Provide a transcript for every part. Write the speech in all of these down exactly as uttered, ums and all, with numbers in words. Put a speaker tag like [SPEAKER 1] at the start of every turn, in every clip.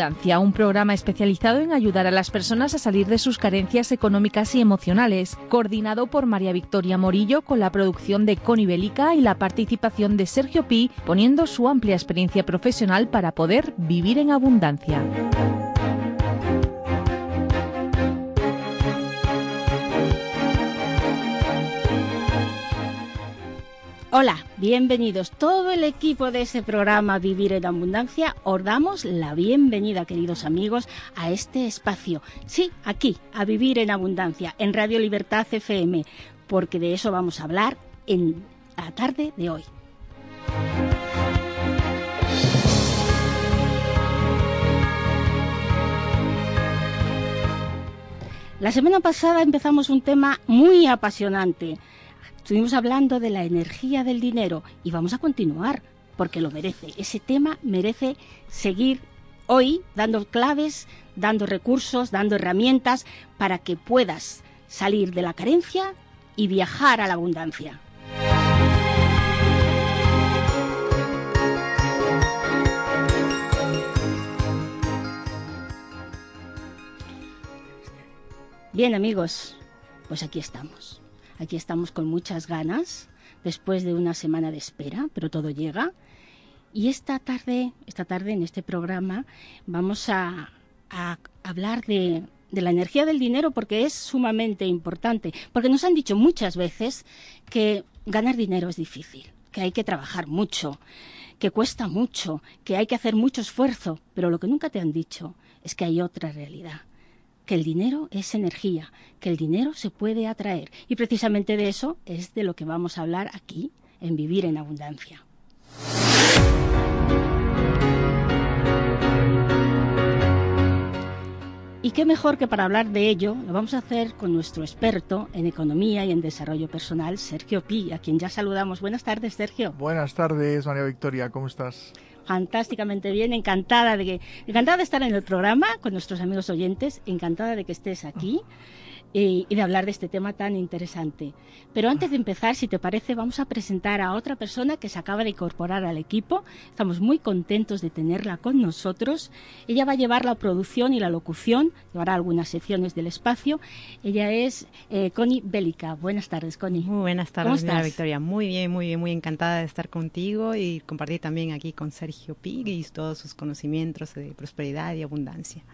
[SPEAKER 1] Abundancia, un programa especializado en ayudar a las personas a salir de sus carencias económicas y emocionales, coordinado por María Victoria Morillo con la producción de Connie Belica y la participación de Sergio Pi, poniendo su amplia experiencia profesional para poder vivir en abundancia.
[SPEAKER 2] Hola, bienvenidos. Todo el equipo de ese programa Vivir en Abundancia os damos la bienvenida, queridos amigos, a este espacio. Sí, aquí, a Vivir en Abundancia, en Radio Libertad F M, porque de eso vamos a hablar en la tarde de hoy. La semana pasada empezamos un tema muy apasionante. Estuvimos hablando de la energía del dinero y vamos a continuar porque lo merece. Ese tema merece seguir hoy dando claves, dando recursos, dando herramientas para que puedas salir de la carencia y viajar a la abundancia. Bien, amigos, pues aquí estamos. Aquí estamos con muchas ganas, después de una semana de espera, pero todo llega. Y esta tarde, esta tarde en este programa, vamos a, a hablar de, de la energía del dinero porque es sumamente importante. Porque nos han dicho muchas veces que ganar dinero es difícil, que hay que trabajar mucho, que cuesta mucho, que hay que hacer mucho esfuerzo. Pero lo que nunca te han dicho es que hay otra realidad. Que el dinero es energía, que el dinero se puede atraer. Y precisamente de eso es de lo que vamos a hablar aquí, en Vivir en Abundancia. Y qué mejor que para hablar de ello lo vamos a hacer con nuestro experto en economía y en desarrollo personal, Sergio Pi, a quien ya saludamos. Buenas tardes, Sergio.
[SPEAKER 3] Buenas tardes, María Victoria, ¿cómo estás?
[SPEAKER 2] Fantásticamente bien, encantada de que, encantada de estar en el programa con nuestros amigos oyentes, encantada de que estés aquí y, y de hablar de este tema tan interesante. Pero antes de empezar, si te parece, vamos a presentar a otra persona que se acaba de incorporar al equipo. Estamos muy contentos de tenerla con nosotros. Ella va a llevar la producción y la locución, llevará algunas secciones del espacio. Ella es eh, Connie Belica. Buenas tardes, Connie.
[SPEAKER 4] Muy buenas tardes,
[SPEAKER 2] ¿Cómo
[SPEAKER 4] señora
[SPEAKER 2] estás?
[SPEAKER 4] Victoria. Muy bien, muy bien, muy encantada de estar contigo y compartir también aquí con Sergio Pi y todos sus conocimientos de prosperidad y abundancia.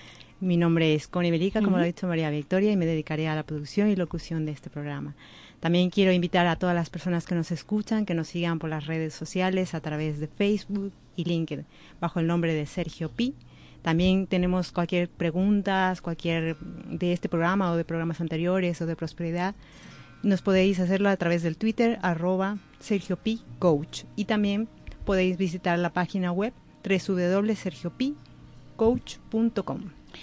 [SPEAKER 4] Mi nombre es Connie Belica, como uh-huh. lo ha dicho María Victoria, y me dedicaré a la producción y locución de este programa. También quiero invitar a todas las personas que nos escuchan, que nos sigan por las redes sociales a través de Facebook y LinkedIn, bajo el nombre de Sergio Pi. También tenemos cualquier pregunta, cualquier de este programa o de programas anteriores o de prosperidad, nos podéis hacerlo a través del Twitter, arroba Sergio Pi Coach. Y también podéis visitar la página web doble u doble u doble u punto sergio pi coach punto com.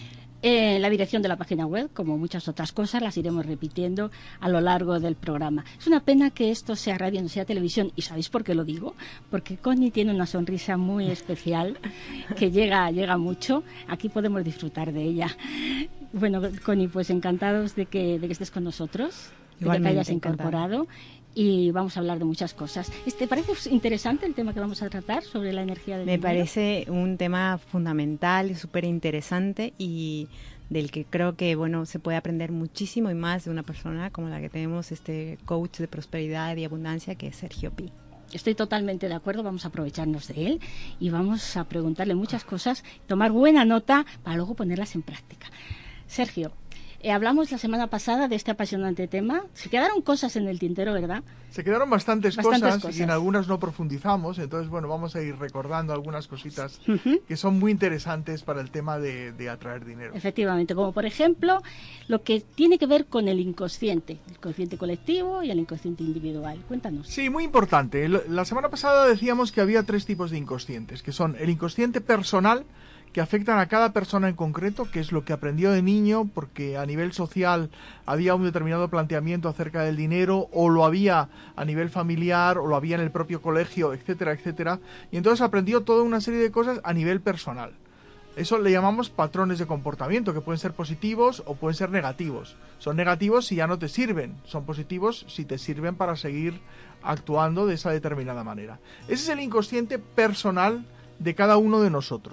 [SPEAKER 2] Eh, la dirección de la página web, como muchas otras cosas, las iremos repitiendo a lo largo del programa. Es una pena que esto sea radio, no sea televisión. ¿Y sabéis por qué lo digo? Porque Connie tiene una sonrisa muy especial que llega, llega mucho. Aquí podemos disfrutar de ella. Bueno, Connie, pues encantados de que, de que estés con nosotros, de que te hayas incorporado. Y vamos a hablar de muchas cosas. ¿Te parece interesante el tema que vamos a tratar sobre la energía del
[SPEAKER 4] Me
[SPEAKER 2] dinero?
[SPEAKER 4] parece un tema fundamental y súper interesante y del que creo que bueno se puede aprender muchísimo y más de una persona como la que tenemos, este coach de prosperidad y abundancia que es Sergio Pi.
[SPEAKER 2] Estoy totalmente de acuerdo, vamos a aprovecharnos de él y vamos a preguntarle muchas cosas, tomar buena nota para luego ponerlas en práctica. Sergio, Eh, hablamos la semana pasada de este apasionante tema. Se quedaron cosas en el tintero, ¿verdad?
[SPEAKER 3] Se quedaron bastantes,
[SPEAKER 2] bastantes
[SPEAKER 3] cosas,
[SPEAKER 2] cosas
[SPEAKER 3] y en algunas no profundizamos. Entonces, bueno, vamos a ir recordando algunas cositas uh-huh. que son muy interesantes para el tema de, de atraer dinero.
[SPEAKER 2] Efectivamente, como por ejemplo, lo que tiene que ver con el inconsciente, el inconsciente colectivo y el inconsciente individual. Cuéntanos.
[SPEAKER 3] Sí, muy importante. La semana pasada decíamos que había tres tipos de inconscientes, que son el inconsciente personal, que afectan a cada persona en concreto, que es lo que aprendió de niño, porque a nivel social había un determinado planteamiento acerca del dinero, o lo había a nivel familiar, o lo había en el propio colegio, etcétera, etcétera, y entonces aprendió toda una serie de cosas a nivel personal. Eso le llamamos patrones de comportamiento, que pueden ser positivos o pueden ser negativos. Son negativos si ya no te sirven, son positivos si te sirven para seguir actuando de esa determinada manera. Ese es el inconsciente personal de cada uno de nosotros.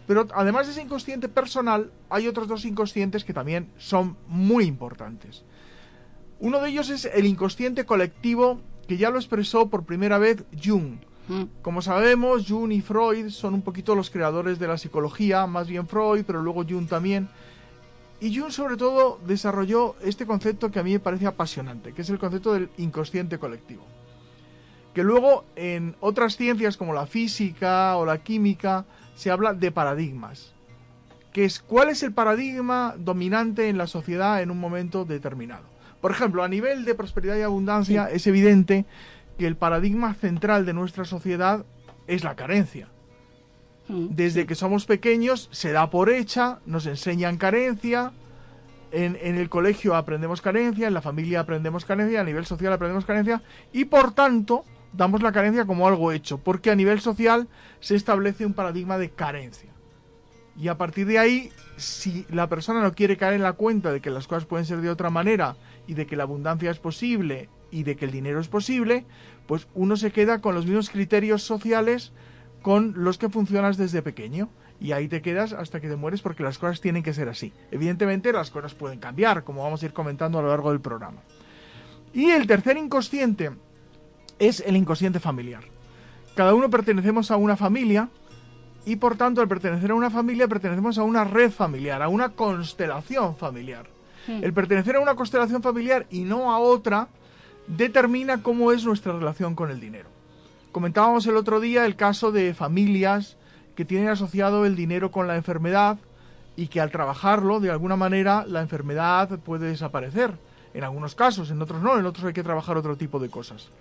[SPEAKER 3] Pero además de ese inconsciente personal, hay otros dos inconscientes que también son muy importantes. Uno de ellos es el inconsciente colectivo, que ya lo expresó por primera vez Jung. Como sabemos, Jung y Freud son un poquito los creadores de la psicología, más bien Freud, pero luego Jung también. Y Jung sobre todo desarrolló este concepto que a mí me parece apasionante, que es el concepto del inconsciente colectivo. Que luego en otras ciencias como la física o la química se habla de paradigmas. Que es cuál es el paradigma dominante en la sociedad en un momento determinado. Por ejemplo, a nivel de prosperidad y abundancia, sí, es evidente que el paradigma central de nuestra sociedad es la carencia. Desde que somos pequeños se da por hecha, nos enseñan carencia, en, en el colegio aprendemos carencia, en la familia aprendemos carencia, a nivel social aprendemos carencia, y por tanto damos la carencia como algo hecho, porque a nivel social se establece un paradigma de carencia. Y a partir de ahí, si la persona no quiere caer en la cuenta de que las cosas pueden ser de otra manera, y de que la abundancia es posible, y de que el dinero es posible, pues uno se queda con los mismos criterios sociales con los que funcionas desde pequeño. Y ahí te quedas hasta que te mueres, porque las cosas tienen que ser así. Evidentemente las cosas pueden cambiar, como vamos a ir comentando a lo largo del programa. Y el tercer inconsciente es el inconsciente familiar. Cada uno pertenecemos a una familia, y por tanto al pertenecer a una familia pertenecemos a una red familiar, a una constelación familiar. Sí. El pertenecer a una constelación familiar y no a otra determina cómo es nuestra relación con el dinero. Comentábamos el otro día el caso de familias que tienen asociado el dinero con la enfermedad y que al trabajarlo, de alguna manera, la enfermedad puede desaparecer. En algunos casos, en otros no, en otros hay que trabajar otro tipo de cosas.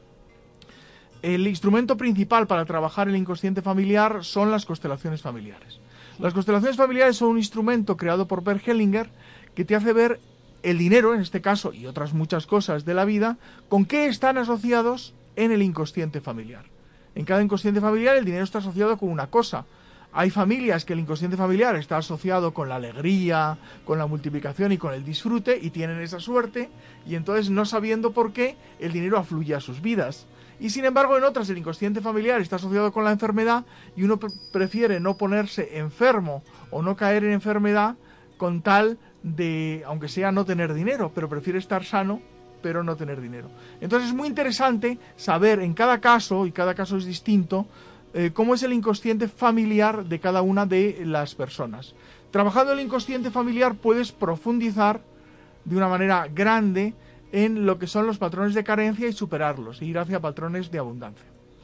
[SPEAKER 3] El instrumento principal para trabajar el inconsciente familiar son las constelaciones familiares. Las constelaciones familiares son un instrumento creado por Bert Hellinger que te hace ver el dinero, en este caso, y otras muchas cosas de la vida, con qué están asociados en el inconsciente familiar. En cada inconsciente familiar el dinero está asociado con una cosa. Hay familias que el inconsciente familiar está asociado con la alegría, con la multiplicación y con el disfrute, y tienen esa suerte, y entonces, no sabiendo por qué, el dinero afluye a sus vidas. Y sin embargo, en otras el inconsciente familiar está asociado con la enfermedad, y uno pre- prefiere no ponerse enfermo o no caer en enfermedad con tal de, aunque sea no tener dinero, pero prefiere estar sano, pero no tener dinero. Entonces es muy interesante saber en cada caso, y cada caso es distinto, eh, cómo es el inconsciente familiar de cada una de las personas. Trabajando el inconsciente familiar puedes profundizar de una manera grande en lo que son los patrones de carencia y superarlos, e ir hacia patrones de abundancia.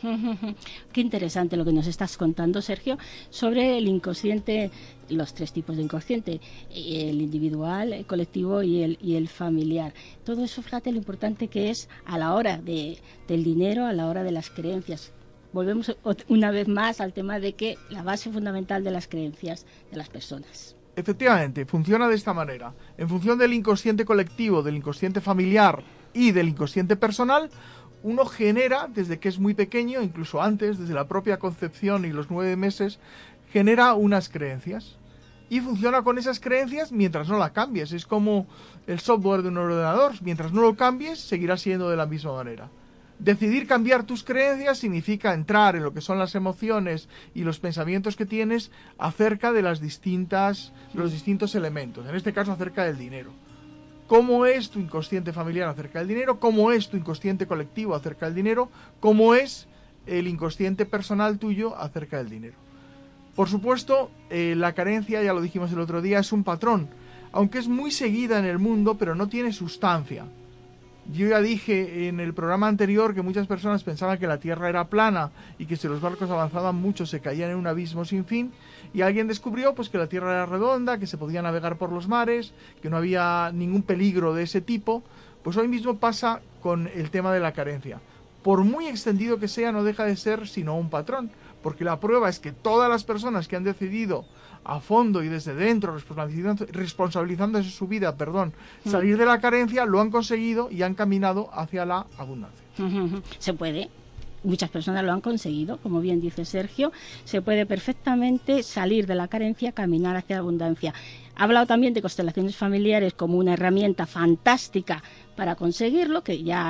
[SPEAKER 2] Qué interesante lo que nos estás contando, Sergio, sobre el inconsciente, los tres tipos de inconsciente, el individual, el colectivo y el, y el familiar. Todo eso, fíjate lo importante que es a la hora de, del dinero, a la hora de las creencias. Volvemos una vez más al tema de que la base fundamental de las creencias de las personas.
[SPEAKER 3] Efectivamente, funciona de esta manera. En función del inconsciente colectivo, del inconsciente familiar y del inconsciente personal, uno genera, desde que es muy pequeño, incluso antes, desde la propia concepción y los nueve meses, genera unas creencias. Y funciona con esas creencias mientras no las cambies. Es como el software de un ordenador. Mientras no lo cambies, seguirá siendo de la misma manera. Decidir cambiar tus creencias significa entrar en lo que son las emociones y los pensamientos que tienes acerca de las distintas, los distintos elementos. En este caso, acerca del dinero. ¿Cómo es tu inconsciente familiar acerca del dinero? ¿Cómo es tu inconsciente colectivo acerca del dinero? ¿Cómo es el inconsciente personal tuyo acerca del dinero? Por supuesto, eh, la carencia, ya lo dijimos el otro día, es un patrón, aunque es muy seguida en el mundo, pero no tiene sustancia. Yo ya dije en el programa anterior que muchas personas pensaban que la Tierra era plana y que si los barcos avanzaban mucho se caían en un abismo sin fin, y alguien descubrió pues que la Tierra era redonda, que se podía navegar por los mares, que no había ningún peligro de ese tipo. Pues hoy mismo pasa con el tema de la carencia. Por muy extendido que sea, no deja de ser sino un patrón, porque la prueba es que todas las personas que han decidido a fondo y desde dentro, responsabilizando, responsabilizándose su vida, perdón, salir de la carencia, lo han conseguido y han caminado hacia la abundancia.
[SPEAKER 2] Se puede. Muchas personas lo han conseguido, como bien dice Sergio. Se puede perfectamente salir de la carencia, caminar hacia la abundancia. Ha hablado también de constelaciones familiares como una herramienta fantástica para conseguirlo, que ya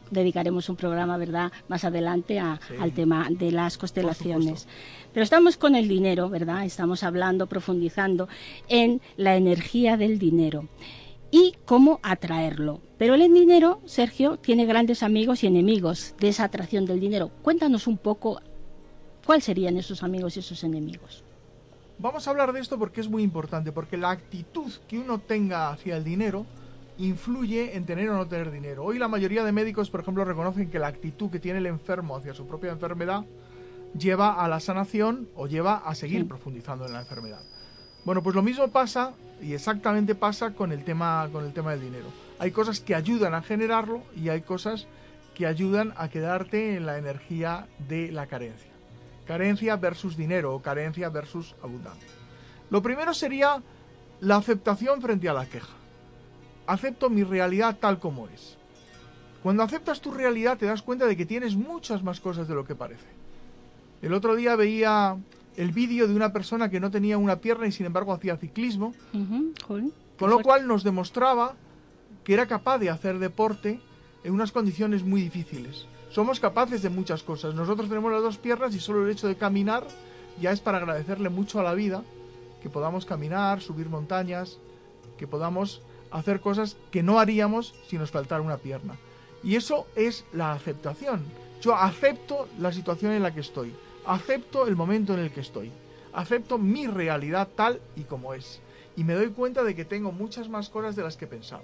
[SPEAKER 2] dedicaremos un programa, ¿verdad?, más adelante a,
[SPEAKER 3] sí,
[SPEAKER 2] al tema de las constelaciones. Pero estamos con el dinero, ¿verdad? Estamos hablando, profundizando en la energía del dinero y cómo atraerlo. Pero el dinero, Sergio, tiene grandes amigos y enemigos de esa atracción del dinero. Cuéntanos un poco cuáles serían esos amigos y esos enemigos.
[SPEAKER 3] Vamos a hablar de esto porque es muy importante, porque la actitud que uno tenga hacia el dinero influye en tener o no tener dinero. Hoy la mayoría de médicos, por ejemplo, reconocen que la actitud que tiene el enfermo hacia su propia enfermedad lleva a la sanación o lleva a seguir sí. profundizando en la enfermedad. Bueno, pues lo mismo pasa, y exactamente pasa con el tema, con el tema del dinero. Hay cosas que ayudan a generarlo y hay cosas que ayudan a quedarte en la energía de la carencia. Carencia versus dinero o carencia versus abundancia. Lo primero sería la aceptación frente a la queja. Acepto mi realidad tal como es. Cuando aceptas tu realidad te das cuenta de que tienes muchas más cosas de lo que parece. El otro día veía el vídeo de una persona que no tenía una pierna y sin embargo hacía ciclismo, uh-huh. Joder, con lo cual nos demostraba que era capaz de hacer deporte en unas condiciones muy difíciles. Somos capaces de muchas cosas. Nosotros tenemos las dos piernas y solo el hecho de caminar ya es para agradecerle mucho a la vida que podamos caminar, subir montañas, que podamos hacer cosas que no haríamos si nos faltara una pierna. Y eso es la aceptación. Yo acepto la situación en la que estoy, acepto el momento en el que estoy, acepto mi realidad tal y como es, y me doy cuenta de que tengo muchas más cosas de las que pensaba.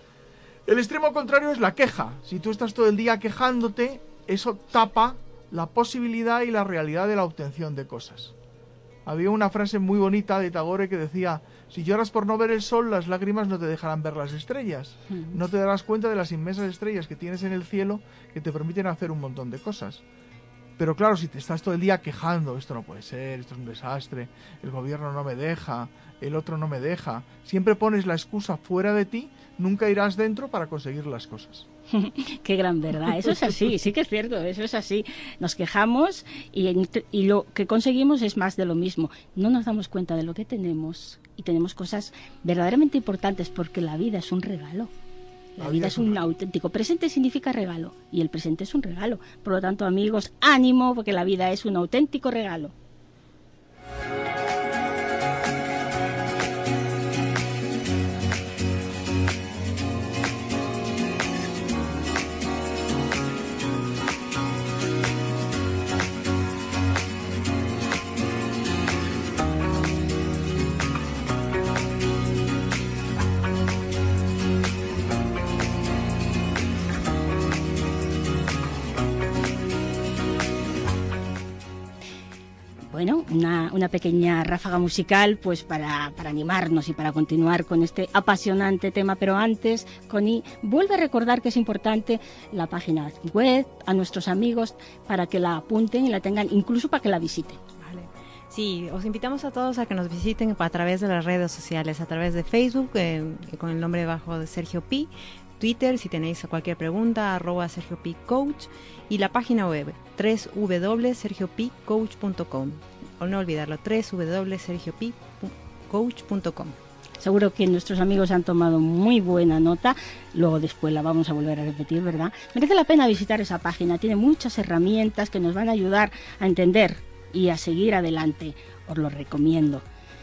[SPEAKER 3] El extremo contrario es la queja. Si tú estás todo el día quejándote, eso tapa la posibilidad y la realidad de la obtención de cosas. Había una frase muy bonita de Tagore que decía: si lloras por no ver el sol, las lágrimas no te dejarán ver las estrellas. No te darás cuenta de las inmensas estrellas que tienes en el cielo que te permiten hacer un montón de cosas. Pero claro, si te estás todo el día quejando, esto no puede ser, esto es un desastre, el gobierno no me deja, el otro no me deja, siempre pones la excusa fuera de ti, nunca irás dentro para conseguir las cosas.
[SPEAKER 2] Qué gran verdad, eso es así, sí que es cierto, eso es así. Nos quejamos y, y lo que conseguimos es más de lo mismo. No nos damos cuenta de lo que tenemos y tenemos cosas verdaderamente importantes porque la vida es un regalo. La, la vida, vida es un, un auténtico presente, significa regalo, y el presente es un regalo. Por lo tanto, amigos, ánimo, porque la vida es un auténtico regalo. Bueno, una, una pequeña ráfaga musical pues para, para animarnos y para continuar con este apasionante tema. Pero antes, Connie, vuelve a recordar que es importante la página web a nuestros amigos para que la apunten y la tengan, incluso para que la visiten.
[SPEAKER 4] Vale. Sí, os invitamos a todos a que nos visiten a través de las redes sociales, a través de Facebook, eh, con el nombre bajo de Sergio Pi, Twitter, si tenéis cualquier pregunta, arroba Sergio Pi Coach, y la página web doble u doble u doble u punto sergio pi coach punto com, o no olvidarlo, doble u doble u doble u punto sergio pi coach punto com.
[SPEAKER 2] Seguro que nuestros amigos han tomado muy buena nota, luego después la vamos a volver a repetir, ¿verdad? Merece la pena visitar esa página, tiene muchas herramientas que nos van a ayudar a entender y a seguir adelante, os lo recomiendo.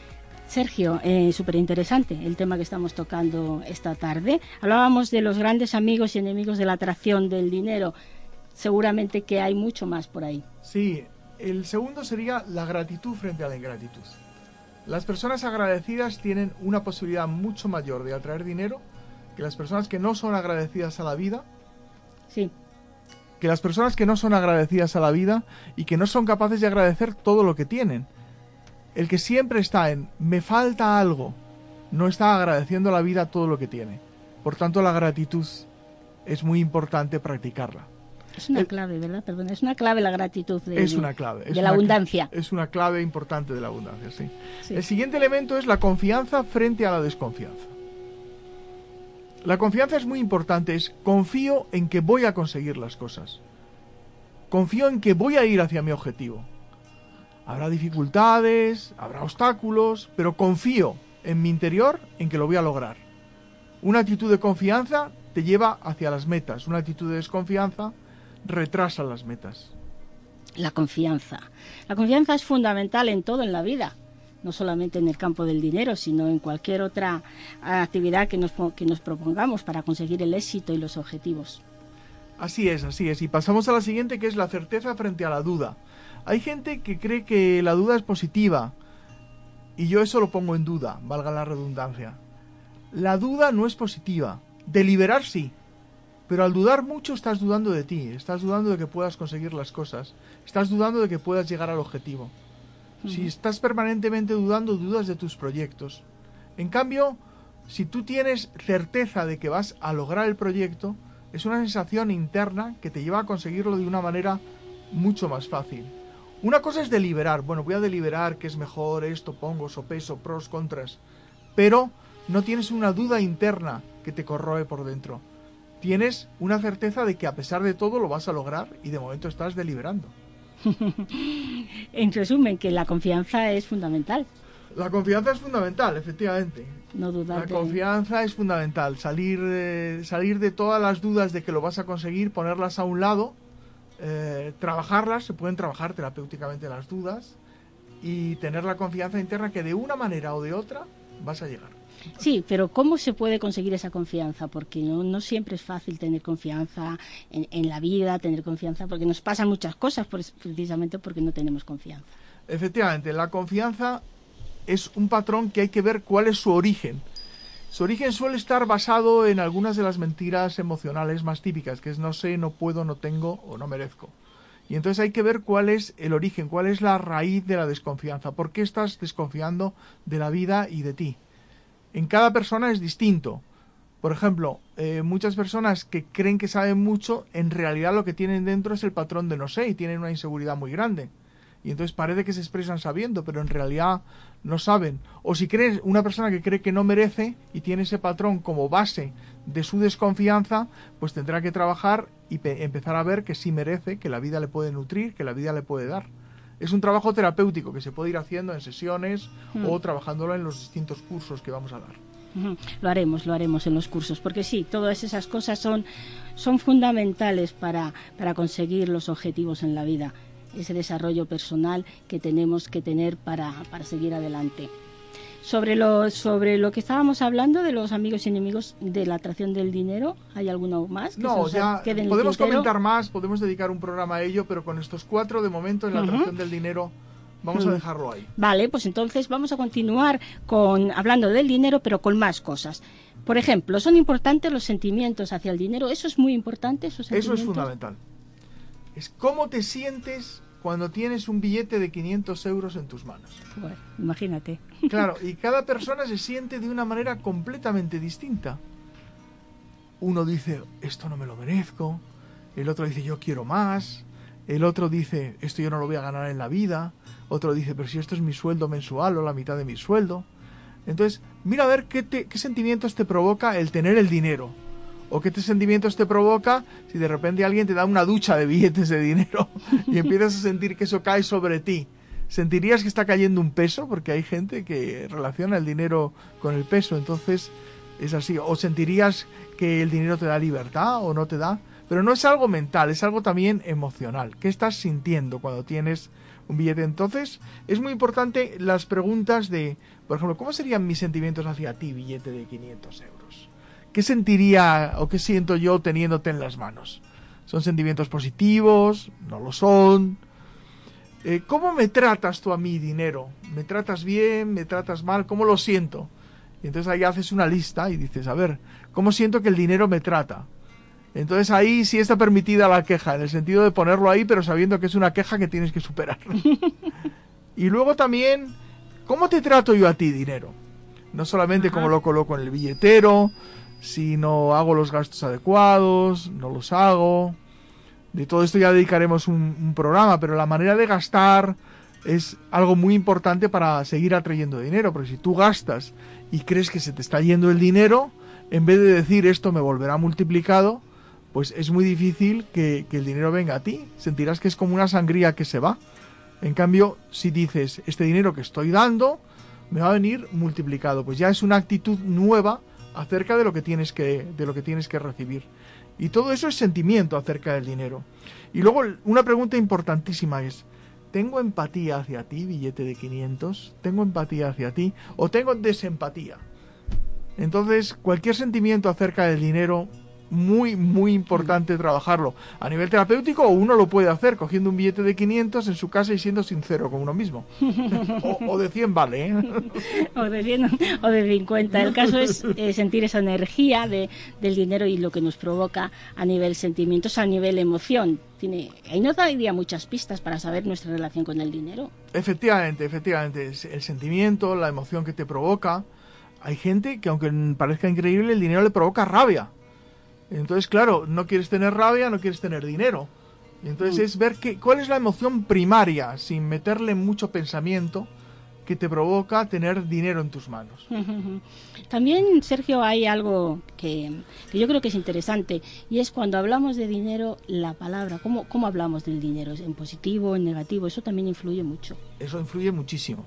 [SPEAKER 2] Sergio, eh, súper interesante el tema que estamos tocando esta tarde. Hablábamos de los grandes amigos y enemigos de la atracción del dinero. Seguramente que hay mucho más por ahí.
[SPEAKER 3] Sí, el segundo sería la gratitud frente a la ingratitud. Las personas agradecidas tienen una posibilidad mucho mayor de atraer dinero que las personas que no son agradecidas a la vida.
[SPEAKER 2] Sí.
[SPEAKER 3] Que las personas que no son agradecidas a la vida y que no son capaces de agradecer todo lo que tienen. El que siempre está en me falta algo, no está agradeciendo a la vida todo lo que tiene. Por tanto, la gratitud es muy importante practicarla.
[SPEAKER 2] Es una
[SPEAKER 3] el,
[SPEAKER 2] clave, ¿verdad? Perdón, es una clave la gratitud de,
[SPEAKER 3] es una clave,
[SPEAKER 2] de
[SPEAKER 3] es
[SPEAKER 2] la
[SPEAKER 3] una,
[SPEAKER 2] abundancia.
[SPEAKER 3] Es una clave importante de la abundancia, sí.
[SPEAKER 2] sí.
[SPEAKER 3] El siguiente elemento es la confianza frente a la desconfianza. La confianza es muy importante, es confío en que voy a conseguir las cosas. Confío en que voy a ir hacia mi objetivo. Habrá dificultades, habrá obstáculos, pero confío en mi interior en que lo voy a lograr. Una actitud de confianza te lleva hacia las metas. Una actitud de desconfianza retrasa las metas.
[SPEAKER 2] La confianza. La confianza es fundamental en todo en la vida, no solamente en el campo del dinero, sino en cualquier otra actividad que nos, que nos propongamos para conseguir el éxito y los objetivos.
[SPEAKER 3] Así es, así es. Y pasamos a la siguiente, que es la certeza frente a la duda. Hay gente que cree que la duda es positiva, y yo eso lo pongo en duda, valga la redundancia. La duda no es positiva. Deliberar sí. Pero al dudar mucho estás dudando de ti, estás dudando de que puedas conseguir las cosas, estás dudando de que puedas llegar al objetivo. Uh-huh. Si estás permanentemente dudando, dudas de tus proyectos. En cambio, si tú tienes certeza de que vas a lograr el proyecto, es una sensación interna que te lleva a conseguirlo de una manera mucho más fácil. Una cosa es deliberar, bueno, voy a deliberar qué es mejor, esto, pongo, sopeso, pros, contras, pero no tienes una duda interna que te corroe por dentro. Tienes una certeza de que a pesar de todo lo vas a lograr y de momento estás deliberando.
[SPEAKER 2] En resumen, que la confianza es fundamental.
[SPEAKER 3] La confianza es fundamental, efectivamente.
[SPEAKER 2] No dudar.
[SPEAKER 3] La
[SPEAKER 2] de...
[SPEAKER 3] confianza es fundamental. Salir, eh, salir de todas las dudas de que lo vas a conseguir, ponerlas a un lado, eh, trabajarlas, se pueden trabajar terapéuticamente las dudas y tener la confianza interna que de una manera o de otra vas a llegar.
[SPEAKER 2] Sí, pero ¿cómo se puede conseguir esa confianza? Porque no, no siempre es fácil tener confianza en, en la vida, tener confianza, porque nos pasan muchas cosas precisamente porque no tenemos confianza.
[SPEAKER 3] Efectivamente, la confianza es un patrón que hay que ver cuál es su origen. Su origen suele estar basado en algunas de las mentiras emocionales más típicas, que es no sé, no puedo, no tengo o no merezco. Y entonces hay que ver cuál es el origen, cuál es la raíz de la desconfianza. ¿Por qué estás desconfiando de la vida y de ti? En cada persona es distinto. Por ejemplo, eh, muchas personas que creen que saben mucho, en realidad lo que tienen dentro es el patrón de no sé y tienen una inseguridad muy grande. Y entonces parece que se expresan sabiendo, pero en realidad no saben. O si crees una persona que cree que no merece y tiene ese patrón como base de su desconfianza, pues tendrá que trabajar y pe- empezar a ver que sí merece, que la vida le puede nutrir, que la vida le puede dar. Es un trabajo terapéutico que se puede ir haciendo en sesiones mm. o trabajándolo en los distintos cursos que vamos a dar.
[SPEAKER 2] Uh-huh. Lo haremos, lo haremos en los cursos, porque sí, todas esas cosas son, son fundamentales para, para conseguir los objetivos en la vida, ese desarrollo personal que tenemos que tener para, para seguir adelante. Sobre lo, sobre lo que estábamos hablando de los amigos y enemigos de la atracción del dinero, ¿hay alguno más? Que
[SPEAKER 3] no, ya podemos
[SPEAKER 2] tintero?
[SPEAKER 3] comentar más, podemos dedicar un programa a ello, pero con estos cuatro de momento en la uh-huh. atracción del dinero vamos uh-huh. a dejarlo ahí.
[SPEAKER 2] Vale, pues entonces vamos a continuar con hablando del dinero, pero con más cosas. Por ejemplo, ¿son importantes los sentimientos hacia el dinero? ¿Eso es muy importante? ¿Esos
[SPEAKER 3] Eso es fundamental. Es cómo te sientes cuando tienes un billete de quinientos euros en tus manos.
[SPEAKER 2] Bueno, imagínate.
[SPEAKER 3] Claro, y cada persona se siente de una manera completamente distinta. Uno dice, esto no me lo merezco. El otro dice, yo quiero más. El otro dice, esto yo no lo voy a ganar en la vida. Otro dice, pero si esto es mi sueldo mensual o la mitad de mi sueldo. Entonces, mira a ver qué, te, qué sentimientos te provoca el tener el dinero. ¿O qué sentimientos te provoca si de repente alguien te da una ducha de billetes de dinero y empiezas a sentir que eso cae sobre ti? ¿Sentirías que está cayendo un peso? Porque hay gente que relaciona el dinero con el peso, entonces es así. ¿O sentirías que el dinero te da libertad o no te da? Pero no es algo mental, es algo también emocional. ¿Qué estás sintiendo cuando tienes un billete? Entonces es muy importante las preguntas de, por ejemplo, ¿cómo serían mis sentimientos hacia ti, billete de quinientos euros? ¿Qué sentiría o qué siento yo teniéndote en las manos? ¿Son sentimientos positivos? ¿No lo son? Eh, ¿Cómo me tratas tú a mí, dinero? ¿Me tratas bien? ¿Me tratas mal? ¿Cómo lo siento? Y entonces ahí haces una lista y dices, a ver, ¿cómo siento que el dinero me trata? Entonces ahí sí está permitida la queja, en el sentido de ponerlo ahí, pero sabiendo que es una queja que tienes que superar. Y luego también, ¿cómo te trato yo a ti, dinero? No solamente cómo lo coloco en el billetero, si no hago los gastos adecuados, no los hago. De todo esto ya dedicaremos un, un programa, pero la manera de gastar es algo muy importante para seguir atrayendo dinero, porque si tú gastas y crees que se te está yendo el dinero, en vez de decir esto me volverá multiplicado, pues es muy difícil que, que el dinero venga a ti. Sentirás que es como una sangría que se va. En cambio, si dices, este dinero que estoy dando me va a venir multiplicado, pues ya es una actitud nueva acerca de lo que tienes que, de lo que tienes que recibir. Y todo eso es sentimiento acerca del dinero. Y luego una pregunta importantísima es, ¿tengo empatía hacia ti, billete de quinientos? ¿Tengo empatía hacia ti? ¿O tengo desempatía? Entonces, cualquier sentimiento acerca del dinero, muy, muy importante trabajarlo. A nivel terapéutico, uno lo puede hacer cogiendo un billete de quinientos en su casa y siendo sincero con uno mismo. O, o de cien vale, ¿eh?
[SPEAKER 2] O de cien o de cincuenta. El caso es eh, sentir esa energía de, del dinero y lo que nos provoca a nivel sentimientos, a nivel emoción. Tiene, ahí nos daría muchas pistas para saber nuestra relación con el dinero.
[SPEAKER 3] Efectivamente, efectivamente. El sentimiento, la emoción que te provoca. Hay gente que, aunque parezca increíble, el dinero le provoca rabia. Entonces, claro, no quieres tener rabia, no quieres tener dinero. Entonces mm. es ver que, cuál es la emoción primaria, sin meterle mucho pensamiento, que te provoca tener dinero en tus manos.
[SPEAKER 2] También, Sergio, hay algo que, que yo creo que es interesante, y es cuando hablamos de dinero, la palabra, ¿cómo, cómo hablamos del dinero? ¿En positivo, en negativo? Eso también influye mucho.
[SPEAKER 3] Eso influye muchísimo.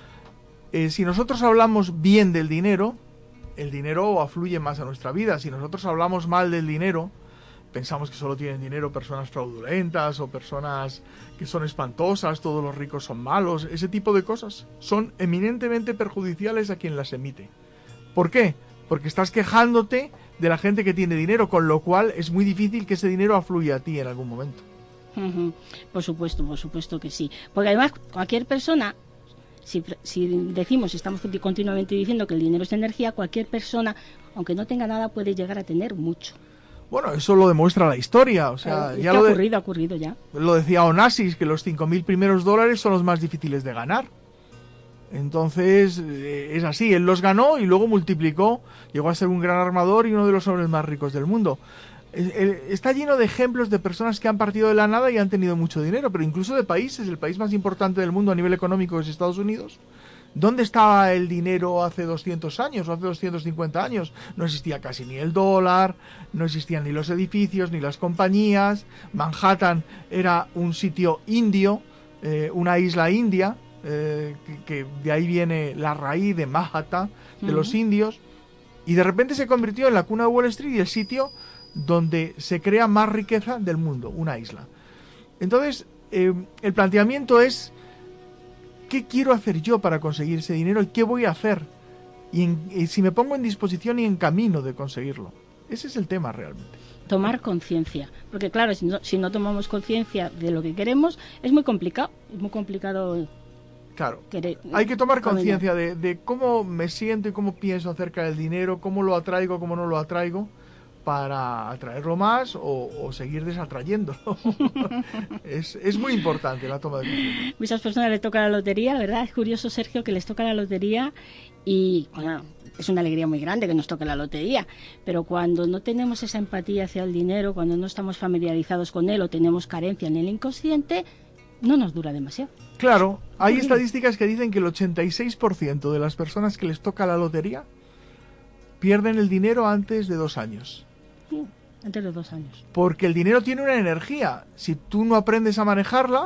[SPEAKER 3] Eh, si nosotros hablamos bien del dinero, el dinero afluye más a nuestra vida. Si nosotros hablamos mal del dinero, pensamos que solo tienen dinero personas fraudulentas o personas que son espantosas, todos los ricos son malos, ese tipo de cosas son eminentemente perjudiciales a quien las emite. ¿Por qué? Porque estás quejándote de la gente que tiene dinero, con lo cual es muy difícil que ese dinero afluya a ti en algún momento.
[SPEAKER 2] Uh-huh. Por supuesto, por supuesto que sí. Porque además cualquier persona... Si, si decimos, estamos continuamente diciendo que el dinero es energía, cualquier persona, aunque no tenga nada, puede llegar a tener mucho.
[SPEAKER 3] Bueno, eso lo demuestra la historia. O sea,
[SPEAKER 2] eh,
[SPEAKER 3] ya
[SPEAKER 2] lo
[SPEAKER 3] ha
[SPEAKER 2] ocurrido, de, ha ocurrido ya.
[SPEAKER 3] Lo decía Onassis, que los cinco mil primeros dólares son los más difíciles de ganar. Entonces, eh, es así. Él los ganó y luego multiplicó. Llegó a ser un gran armador y uno de los hombres más ricos del mundo. Está lleno de ejemplos de personas que han partido de la nada y han tenido mucho dinero, pero incluso de países. El país más importante del mundo a nivel económico es Estados Unidos. ¿Dónde estaba el dinero hace doscientos años o hace doscientos cincuenta años? No existía casi ni el dólar, no existían ni los edificios, ni las compañías. Manhattan era un sitio indio, eh, una isla india, eh, que, que de ahí viene la raíz de Manhattan, de uh-huh. los indios. Y de repente se convirtió en la cuna de Wall Street y el sitio donde se crea más riqueza del mundo, una isla. Entonces, eh, el planteamiento es, ¿qué quiero hacer yo para conseguir ese dinero y qué voy a hacer? Y, en, y si me pongo en disposición y en camino de conseguirlo. Ese es el tema realmente.
[SPEAKER 2] Tomar conciencia, porque claro, si no, si no tomamos conciencia de lo que queremos, es muy complicado, es muy complicado.
[SPEAKER 3] Claro,
[SPEAKER 2] querer,
[SPEAKER 3] hay que tomar conciencia de, de cómo me siento y cómo pienso acerca del dinero, cómo lo atraigo, cómo no lo atraigo, para atraerlo más o, o seguir desatrayéndolo. es, es muy importante la toma de conciencia.
[SPEAKER 2] Muchas personas les toca la lotería, la verdad es curioso, Sergio, que les toca la lotería y bueno, es una alegría muy grande que nos toque la lotería, pero cuando no tenemos esa empatía hacia el dinero, cuando no estamos familiarizados con él o tenemos carencia en el inconsciente, no nos dura demasiado.
[SPEAKER 3] Claro, hay estadísticas que dicen que el ochenta y seis por ciento de las personas que les toca la lotería pierden el dinero antes de dos años.
[SPEAKER 2] Antes de dos años.
[SPEAKER 3] Porque el dinero tiene una energía. Si tú no aprendes a manejarla,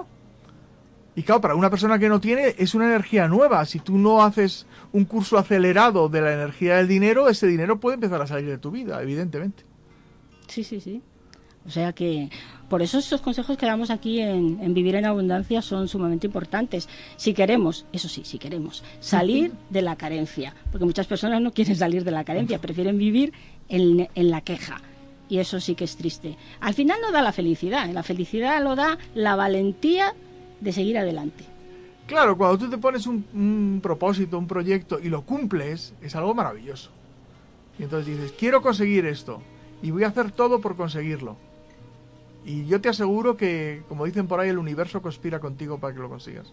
[SPEAKER 3] y claro, para una persona que no tiene, es una energía nueva. Si tú no haces un curso acelerado de la energía del dinero, ese dinero puede empezar a salir de tu vida, evidentemente.
[SPEAKER 2] Sí, sí, sí. O sea que, por eso esos consejos que damos aquí en, en Vivir en Abundancia son sumamente importantes. Si queremos, eso sí, si queremos, salir de la carencia. Porque muchas personas no quieren salir de la carencia, prefieren vivir en, en la queja. Y eso sí que es triste. Al final no da la felicidad. La felicidad lo da la valentía de seguir adelante.
[SPEAKER 3] Claro, cuando tú te pones un, un propósito, un proyecto y lo cumples, es algo maravilloso. Y entonces dices, quiero conseguir esto y voy a hacer todo por conseguirlo. Y yo te aseguro que, como dicen por ahí, el universo conspira contigo para que lo consigas.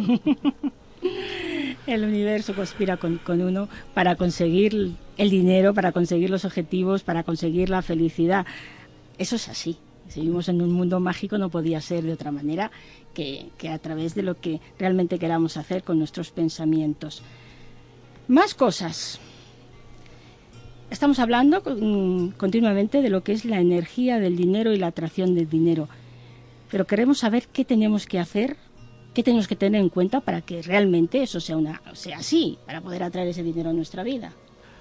[SPEAKER 2] El universo conspira con, con uno para conseguir el dinero, para conseguir los objetivos, para conseguir la felicidad. Eso es así. Si vivimos en un mundo mágico, no podía ser de otra manera que, que a través de lo que realmente queramos hacer con nuestros pensamientos. Más cosas. Estamos hablando um, continuamente de lo que es la energía del dinero y la atracción del dinero. Pero queremos saber qué tenemos que hacer, qué tenemos que tener en cuenta para que realmente eso sea, una, sea así, para poder atraer ese dinero a nuestra vida.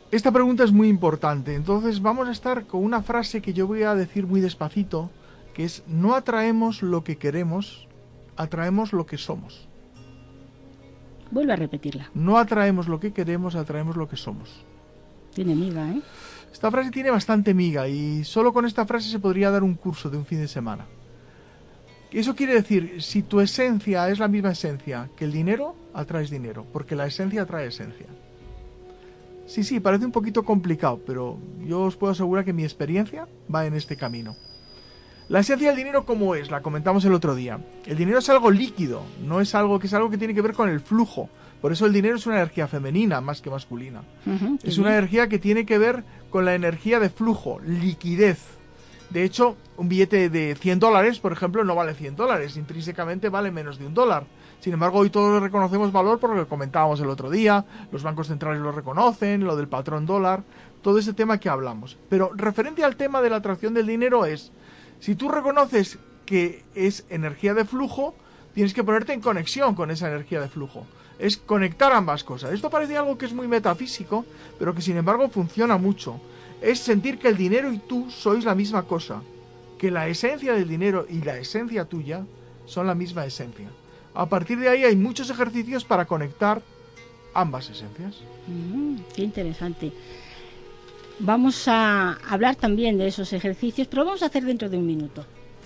[SPEAKER 3] esta pregunta es muy importante. Entonces vamos a estar con una frase que yo voy a decir muy despacito, que es: no atraemos lo que queremos, atraemos lo que somos.
[SPEAKER 2] Vuelve a repetirla.
[SPEAKER 3] No atraemos lo que queremos, atraemos lo que somos.
[SPEAKER 2] Tiene miga, ¿eh?
[SPEAKER 3] Esta frase tiene bastante miga y solo con esta frase se podría dar un curso de un fin de semana. Eso quiere decir, si tu esencia es la misma esencia que el dinero, atraes dinero, porque la esencia atrae esencia. Sí, sí, parece un poquito complicado, pero yo os puedo asegurar que mi experiencia va en este camino. La esencia del dinero, ¿cómo es? La comentamos el otro día. El dinero es algo líquido, no es algo que es algo que tiene que ver con el flujo. Por eso el dinero es una energía femenina más que masculina. Uh-huh, es una bien. energía que tiene que ver con la energía de flujo, liquidez. De hecho, un billete de cien dólares, por ejemplo, no vale cien dólares. Intrínsecamente vale menos de un dólar. Sin embargo, hoy todos reconocemos valor por lo que comentábamos el otro día. Los bancos centrales lo reconocen, lo del patrón dólar, todo ese tema que hablamos. Pero referente al tema de la atracción del dinero es: si tú reconoces que es energía de flujo, tienes que ponerte en conexión con esa energía de flujo. Es conectar ambas cosas. Esto parece algo que es muy metafísico, pero que sin embargo funciona mucho. Es sentir que el dinero y tú sois la misma cosa. Que la esencia del dinero y la esencia tuya son la misma esencia. A partir de ahí hay muchos ejercicios para conectar ambas esencias.
[SPEAKER 2] Mm, qué interesante. Vamos a hablar también de esos ejercicios, pero lo vamos a hacer dentro de un minuto.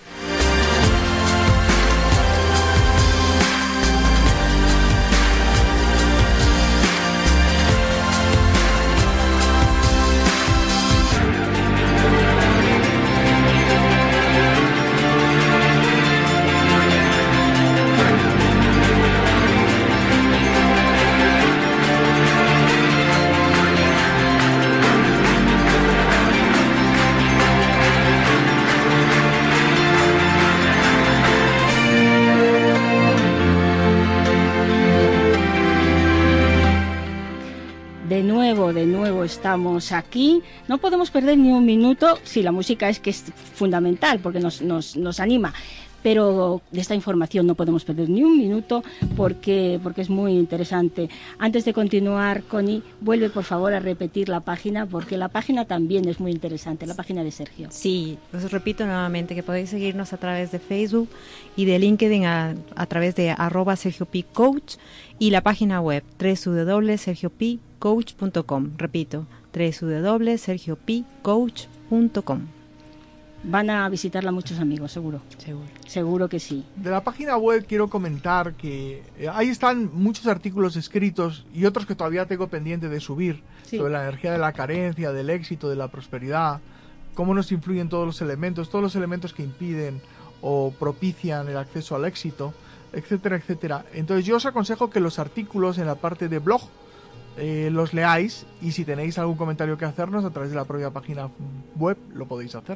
[SPEAKER 2] De nuevo, de nuevo estamos aquí. No podemos perder ni un minuto. Sí, la música es que es fundamental porque nos, nos, nos anima. Pero de esta información no podemos perder ni un minuto porque, porque es muy interesante. Antes de continuar, Connie, vuelve por favor a repetir la página porque la página también es muy interesante, la página de Sergio.
[SPEAKER 4] Sí, os repito nuevamente que podéis seguirnos a través de Facebook y de LinkedIn a, a través de arroba Sergio Pi Coach y la página web doble u doble u doble u punto sergio pi coach punto com. Repito, doble u doble u doble u punto sergio pi coach punto com.
[SPEAKER 2] Van a visitarla muchos amigos, seguro.
[SPEAKER 4] Seguro.
[SPEAKER 2] Seguro que sí.
[SPEAKER 3] De la página web quiero comentar que eh, ahí están muchos artículos escritos y otros que todavía tengo pendiente de subir, sí, sobre la energía de la carencia, del éxito, de la prosperidad, cómo nos influyen todos los elementos, todos los elementos que impiden o propician el acceso al éxito, etcétera, etcétera. Entonces yo os aconsejo que los artículos en la parte de blog eh, los leáis y si tenéis algún comentario que hacernos a través de la propia página web lo podéis hacer.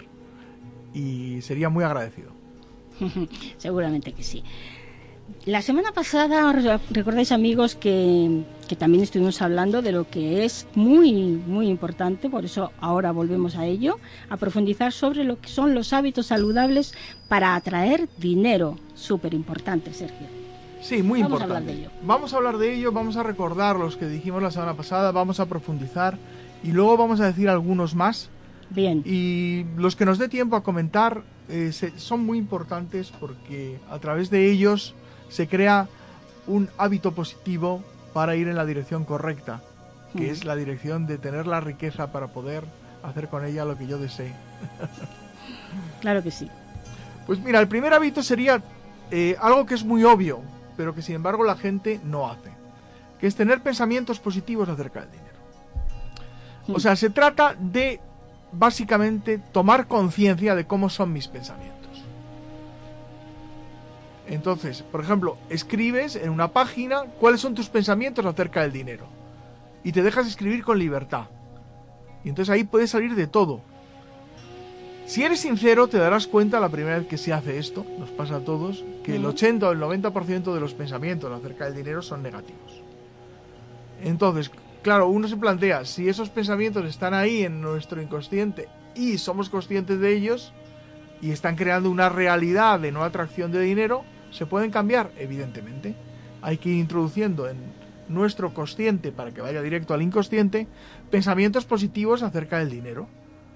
[SPEAKER 3] Y sería muy agradecido.
[SPEAKER 2] Seguramente que sí. La semana pasada, recordáis amigos que, que también estuvimos hablando de lo que es muy, muy importante, por eso ahora volvemos a ello, a profundizar sobre lo que son los hábitos saludables para atraer dinero. Súper importante, Sergio.
[SPEAKER 3] Sí, muy
[SPEAKER 2] vamos
[SPEAKER 3] importante.
[SPEAKER 2] A hablar de ello.
[SPEAKER 3] Vamos a hablar de ello, vamos a recordar los que dijimos la semana pasada, vamos a profundizar y luego vamos a decir algunos más.
[SPEAKER 2] Bien.
[SPEAKER 3] Y los que nos dé tiempo a comentar eh, se, son muy importantes porque a través de ellos se crea un hábito positivo para ir en la dirección correcta, que mm. es la dirección de tener la riqueza para poder hacer con ella lo que yo desee.
[SPEAKER 2] Claro que sí. Pues
[SPEAKER 3] mira, el primer hábito sería eh, algo que es muy obvio, pero que sin embargo la gente no hace, que es tener pensamientos positivos acerca del dinero. Mm. O sea, se trata de básicamente tomar conciencia de cómo son mis pensamientos. Entonces, por ejemplo, escribes en una página cuáles son tus pensamientos acerca del dinero y te dejas escribir con libertad. Y entonces ahí puede salir de todo. Si eres sincero, te darás cuenta la primera vez que se hace esto, nos pasa a todos, que el ochenta o el noventa por ciento de los pensamientos acerca del dinero son negativos. Entonces, claro, uno se plantea, si esos pensamientos están ahí en nuestro inconsciente y somos conscientes de ellos y están creando una realidad de no atracción de dinero, ¿se pueden cambiar? Evidentemente. Hay que ir introduciendo en nuestro consciente para que vaya directo al inconsciente pensamientos positivos acerca del dinero.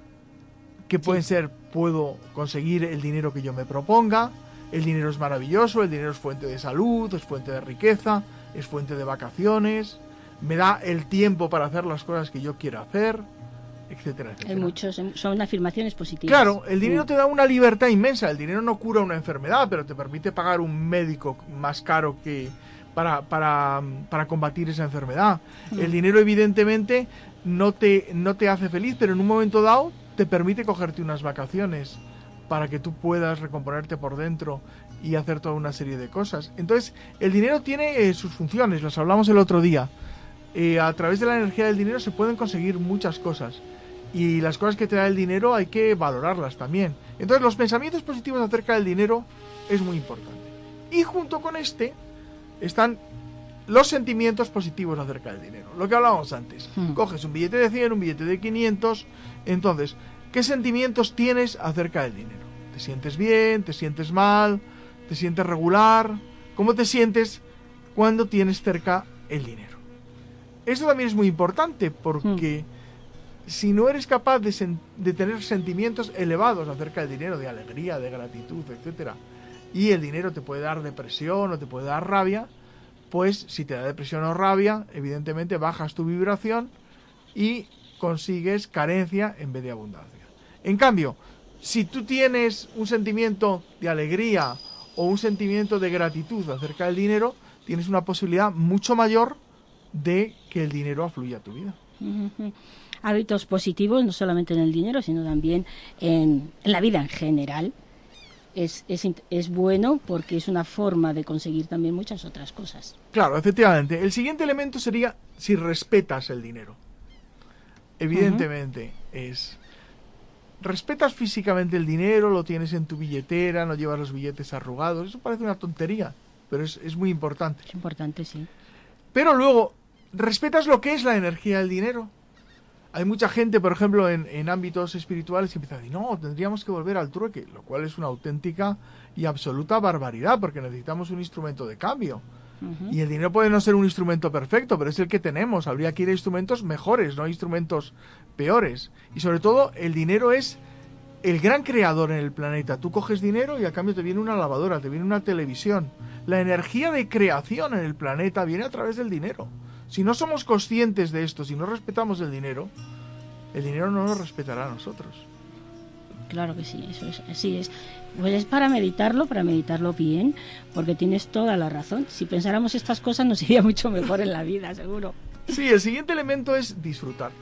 [SPEAKER 3] Que pueden ser, puedo conseguir el dinero que yo me proponga, el dinero es maravilloso, el dinero es fuente de salud, es fuente de riqueza, es fuente de vacaciones, me da el tiempo para hacer las cosas que yo quiero hacer, etcétera, etcétera.
[SPEAKER 2] Hay muchos, son afirmaciones positivas.
[SPEAKER 3] Claro, el dinero te da una libertad inmensa, el dinero no cura una enfermedad, pero te permite pagar un médico más caro que para, para, para combatir esa enfermedad. Mm. El dinero evidentemente no te, no te hace feliz, pero en un momento dado te permite cogerte unas vacaciones para que tú puedas recomponerte por dentro y hacer toda una serie de cosas. Entonces, el dinero tiene eh, sus funciones, las hablamos el otro día. Eh, a través de la energía del dinero se pueden conseguir muchas cosas. Y las cosas que te da el dinero hay que valorarlas también. Entonces, los pensamientos positivos acerca del dinero es muy importante. Y junto con este están los sentimientos positivos acerca del dinero. Lo que hablábamos antes. Hmm. Coges un billete de cien, un billete de quinientos. Entonces, ¿qué sentimientos tienes acerca del dinero? ¿Te sientes bien? ¿Te sientes mal? ¿Te sientes regular? ¿Cómo te sientes cuando tienes cerca el dinero? Esto también es muy importante porque hmm. si no eres capaz de, sen- de tener sentimientos elevados acerca del dinero, de alegría, de gratitud, etcétera, y el dinero te puede dar depresión o te puede dar rabia, pues si te da depresión o rabia, evidentemente bajas tu vibración y consigues carencia en vez de abundancia. En cambio, si tú tienes un sentimiento de alegría o un sentimiento de gratitud acerca del dinero, tienes una posibilidad mucho mayor de que el dinero afluya a tu vida.
[SPEAKER 2] Uh-huh. Hábitos positivos, no solamente en el dinero, sino también en, en la vida en general. Es, es, es bueno porque es una forma de conseguir también muchas otras cosas.
[SPEAKER 3] Claro, efectivamente. El siguiente elemento sería si respetas el dinero. Evidentemente uh-huh. es... Respetas físicamente el dinero, lo tienes en tu billetera, no llevas los billetes arrugados. Eso parece una tontería, pero es, es muy importante.
[SPEAKER 2] Es importante, sí.
[SPEAKER 3] Pero luego, respetas lo que es la energía del dinero. Hay mucha gente, por ejemplo, en, en ámbitos espirituales que empieza a decir, no, tendríamos que volver al trueque, lo cual es una auténtica y absoluta barbaridad, porque necesitamos un instrumento de cambio. Uh-huh. Y el dinero puede no ser un instrumento perfecto, pero es el que tenemos. Habría que ir a instrumentos mejores, no a instrumentos peores. Y sobre todo, el dinero es el gran creador en el planeta. Tú coges dinero y a cambio te viene una lavadora, te viene una televisión. La energía de creación en el planeta viene a través del dinero. Si no somos conscientes de esto, si no respetamos el dinero, el dinero no nos respetará a nosotros.
[SPEAKER 2] Claro que sí, eso es, así es. Pues es para meditarlo, para meditarlo bien, porque tienes toda la razón. Si pensáramos estas cosas nos iría mucho mejor en la vida, seguro.
[SPEAKER 3] Sí, el siguiente elemento es disfrutar.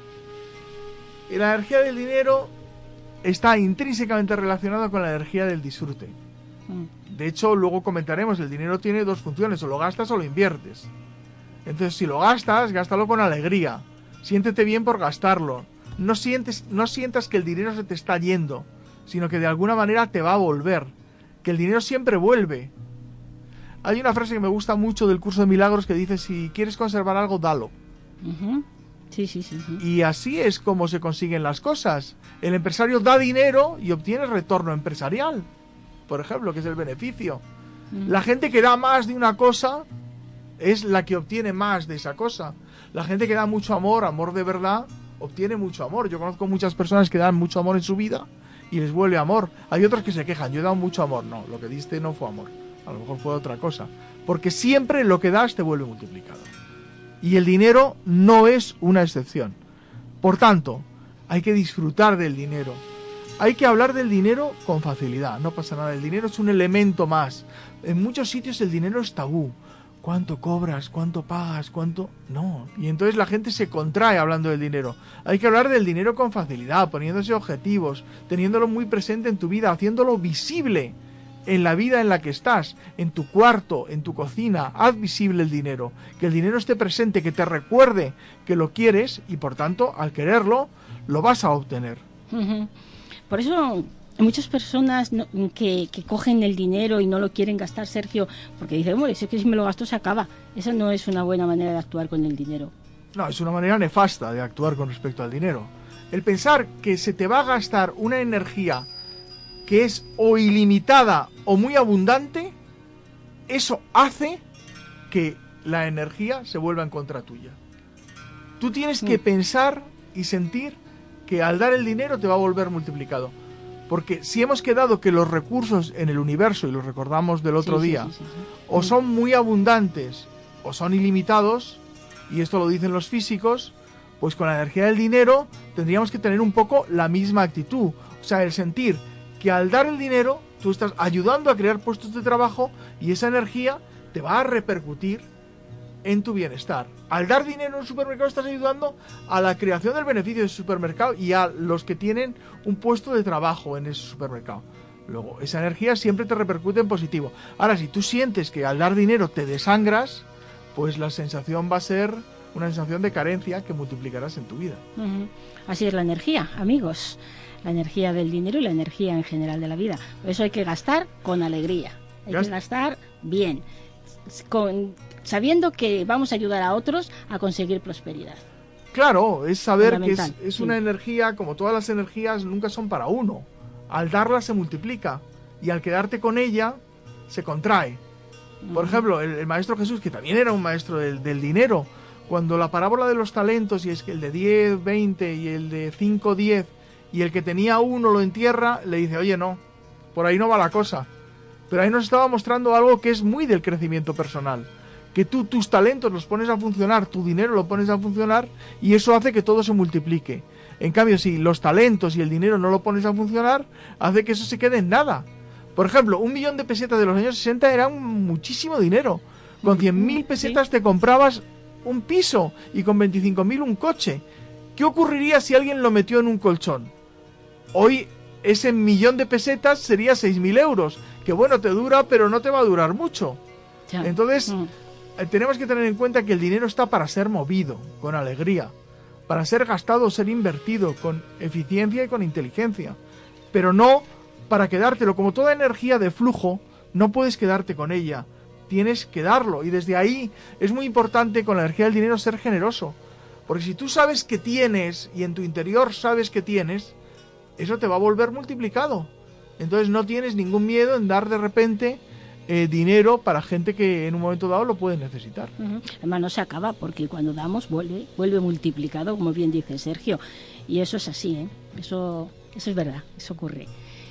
[SPEAKER 3] Y la energía del dinero está intrínsecamente relacionada con la energía del disfrute. Mm. De hecho, luego comentaremos, el dinero tiene dos funciones, o lo gastas o lo inviertes. Entonces, si lo gastas, gástalo con alegría. Siéntete bien por gastarlo. No sientes, no sientas que el dinero se te está yendo, sino que de alguna manera te va a volver. Que el dinero siempre vuelve. Hay una frase que me gusta mucho del curso de milagros que dice, si quieres conservar algo, dalo.
[SPEAKER 2] Uh-huh. Sí, sí, sí, sí.
[SPEAKER 3] Y así es como se consiguen las cosas. El empresario da dinero y obtiene retorno empresarial, por ejemplo, que es el beneficio. Uh-huh. La gente que da más de una cosa es la que obtiene más de esa cosa. La gente que da mucho amor, amor de verdad, obtiene mucho amor. Yo conozco muchas personas que dan mucho amor en su vida y les vuelve amor. Hay otros que se quejan, yo he dado mucho amor. No, lo que diste no fue amor, a lo mejor fue otra cosa. Porque siempre lo que das te vuelve multiplicado. Y el dinero no es una excepción. Por tanto, hay que disfrutar del dinero. Hay que hablar del dinero con facilidad, no pasa nada. El dinero es un elemento más. En muchos sitios el dinero es tabú. ¿Cuánto cobras? ¿Cuánto pagas? ¿Cuánto? No. Y entonces la gente se contrae hablando del dinero. Hay que hablar del dinero con facilidad, poniéndose objetivos, teniéndolo muy presente en tu vida, haciéndolo visible en la vida en la que estás, en tu cuarto, en tu cocina. Haz visible el dinero, que el dinero esté presente, que te recuerde que lo quieres y por tanto, al quererlo, lo vas a obtener.
[SPEAKER 2] Uh-huh. Por eso hay muchas personas no, que, que cogen el dinero y no lo quieren gastar, Sergio, porque dicen, bueno, es que si me lo gasto se acaba. Esa no es una buena manera de actuar con el dinero.
[SPEAKER 3] No, es una manera nefasta de actuar con respecto al dinero. El pensar que se te va a gastar una energía que es o ilimitada o muy abundante, eso hace que la energía se vuelva en contra tuya. Tú tienes que pensar y sentir que al dar el dinero te va a volver multiplicado. Porque si hemos quedado que los recursos en el universo, y los recordamos del otro
[SPEAKER 2] Sí,
[SPEAKER 3] día,
[SPEAKER 2] sí, sí, sí, sí.
[SPEAKER 3] o son muy abundantes o son ilimitados, y esto lo dicen los físicos, pues con la energía del dinero tendríamos que tener un poco la misma actitud. O sea, el sentir que al dar el dinero tú estás ayudando a crear puestos de trabajo y esa energía te va a repercutir en tu bienestar. Al dar dinero en un supermercado estás ayudando a la creación del beneficio de ese supermercado y a los que tienen un puesto de trabajo en ese supermercado. Luego, esa energía siempre te repercute en positivo. Ahora, si tú sientes que al dar dinero te desangras, pues la sensación va a ser una sensación de carencia que multiplicarás en tu vida.
[SPEAKER 2] Uh-huh. Así es la energía, amigos. La energía del dinero y la energía en general de la vida. Por eso hay que gastar con alegría. Hay
[SPEAKER 3] Gast-
[SPEAKER 2] que gastar bien. Con, sabiendo que vamos a ayudar a otros a conseguir prosperidad.
[SPEAKER 3] Claro, es saber que es,
[SPEAKER 2] Fundamental,
[SPEAKER 3] es
[SPEAKER 2] sí.
[SPEAKER 3] una energía, como todas las energías, nunca son para uno. Al darla se multiplica y al quedarte con ella se contrae. Por ejemplo, el, el Maestro Jesús, que también era un maestro del, del dinero, cuando la parábola de los talentos, y es que el de diez, veinte y el de cinco, diez, y el que tenía uno lo entierra, le dice, oye, no, por ahí no va la cosa. Pero ahí nos estaba mostrando algo que es muy del crecimiento personal. Que tú tus talentos los pones a funcionar, tu dinero lo pones a funcionar, y eso hace que todo se multiplique. En cambio, si los talentos y el dinero no lo pones a funcionar, hace que eso se quede en nada. Por ejemplo, un millón de pesetas de los años sesenta era un muchísimo dinero. Con cien mil pesetas
[SPEAKER 2] Sí.
[SPEAKER 3] te comprabas un piso y con veinticinco mil un coche. ¿Qué ocurriría si alguien lo metió en un colchón? Hoy ese millón de pesetas sería seis mil euros. Que bueno, te dura, pero no te va a durar mucho.
[SPEAKER 2] Ya.
[SPEAKER 3] Entonces,
[SPEAKER 2] Mm.
[SPEAKER 3] eh, tenemos que tener en cuenta que el dinero está para ser movido, con alegría, para ser gastado o ser invertido, con eficiencia y con inteligencia, pero no para quedártelo. Como toda energía de flujo, no puedes quedarte con ella, tienes que darlo, y desde ahí es muy importante con la energía del dinero ser generoso, porque si tú sabes que tienes, y en tu interior sabes que tienes, eso te va a volver multiplicado. Entonces no tienes ningún miedo en dar de repente eh, dinero para gente que en un momento dado lo puede necesitar.
[SPEAKER 2] Ujú. Además no se acaba porque cuando damos vuelve, vuelve multiplicado, como bien dice Sergio. Y eso es así, ¿eh? Eso, eso es verdad, eso ocurre.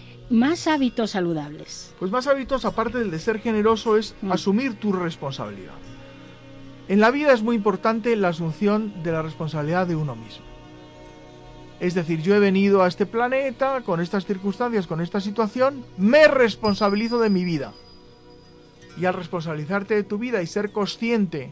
[SPEAKER 2] Más hábitos saludables.
[SPEAKER 3] Pues más hábitos, aparte del de ser generoso, es
[SPEAKER 2] Mm.
[SPEAKER 3] asumir tu responsabilidad. En la vida es muy importante la asunción de la responsabilidad de uno mismo. Es decir, yo he venido a este planeta con estas circunstancias, con esta situación, me responsabilizo de mi vida. Y al responsabilizarte de tu vida y ser consciente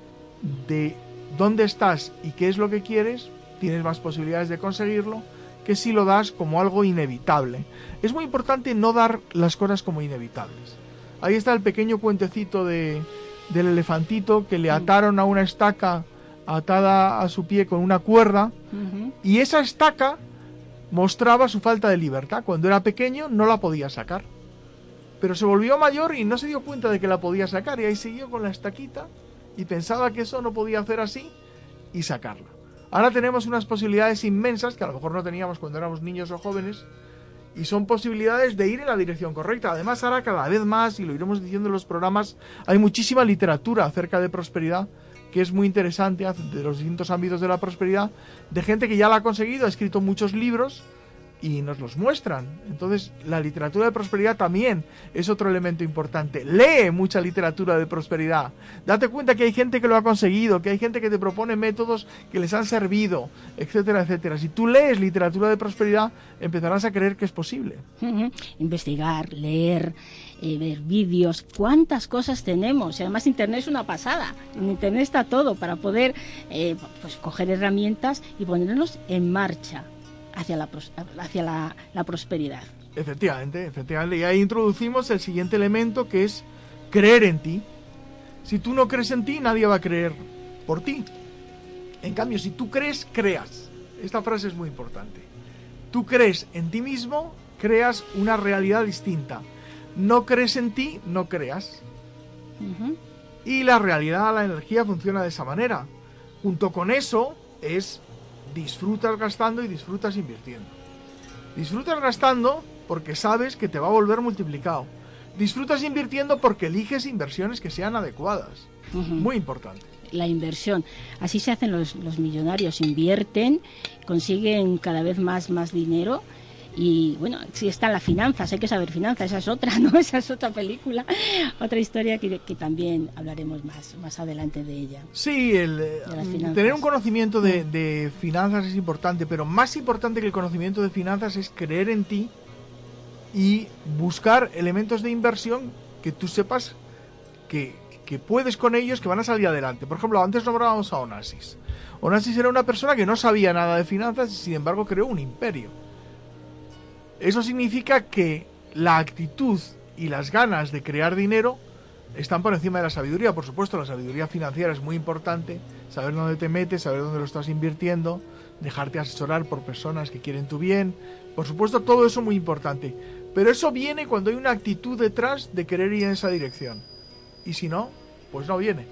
[SPEAKER 3] de dónde estás y qué es lo que quieres, tienes más posibilidades de conseguirlo que si lo das como algo inevitable. Es muy importante no dar las cosas como inevitables. Ahí está el pequeño cuentecito de, del elefantito que le ataron a una estaca atada a su pie con una cuerda,
[SPEAKER 2] Ujú.
[SPEAKER 3] y esa estaca mostraba su falta de libertad. Cuando era pequeño no la podía sacar, pero se volvió mayor y no se dio cuenta de que la podía sacar, y ahí siguió con la estaquita y pensaba que eso no podía hacer así y sacarla. Ahora tenemos unas posibilidades inmensas que a lo mejor no teníamos cuando éramos niños o jóvenes, y son posibilidades de ir en la dirección correcta. Además, ahora cada vez más, y lo iremos diciendo en los programas, hay muchísima literatura acerca de prosperidad, que es muy interesante, de los distintos ámbitos de la prosperidad, de gente que ya la ha conseguido, ha escrito muchos libros y nos los muestran. Entonces, la literatura de prosperidad también es otro elemento importante. Lee mucha literatura de prosperidad. Date cuenta que hay gente que lo ha conseguido, que hay gente que te propone métodos que les han servido, etcétera, etcétera. Si tú lees literatura de prosperidad, empezarás a creer que es posible.
[SPEAKER 2] Ujú. Investigar, leer, eh, ver vídeos, cuántas cosas tenemos. Y además Internet es una pasada. En Internet está todo para poder eh, pues, coger herramientas y ponernos en marcha hacia la, pros- hacia la, la prosperidad.
[SPEAKER 3] Efectivamente, efectivamente. Y ahí introducimos el siguiente elemento, que es creer en ti. Si tú no crees en ti, nadie va a creer por ti. En cambio, si tú crees, creas. Esta frase es muy importante. Tú crees en ti mismo, creas una realidad distinta. No crees en ti, no creas.
[SPEAKER 2] Ujú.
[SPEAKER 3] Y la realidad, la energía funciona de esa manera. Junto con eso es disfrutas gastando y disfrutas invirtiendo. Disfrutas gastando porque sabes que te va a volver multiplicado. Disfrutas invirtiendo porque eliges inversiones que sean adecuadas. Uh-huh. Muy importante.
[SPEAKER 2] La inversión. Así se hacen los, los millonarios, invierten, consiguen cada vez más, más dinero. Y bueno, si están las finanzas, hay que saber finanzas, esa es otra, ¿no? Esa es otra película, otra historia que, que también hablaremos más, más adelante de ella.
[SPEAKER 3] Sí, el, tener un conocimiento de, de finanzas es importante, pero más importante que el conocimiento de finanzas es creer en ti y buscar elementos de inversión que tú sepas que, que puedes con ellos, que van a salir adelante. Por ejemplo, antes nombrábamos a Onassis. Onassis era una persona que no sabía nada de finanzas y sin embargo creó un imperio. Eso significa que la actitud y las ganas de crear dinero están por encima de la sabiduría. Por supuesto, la sabiduría financiera es muy importante, saber dónde te metes, saber dónde lo estás invirtiendo, dejarte asesorar por personas que quieren tu bien. Por supuesto, todo eso muy importante. Pero eso viene cuando hay una actitud detrás de querer ir en esa dirección. Y si no, pues no viene.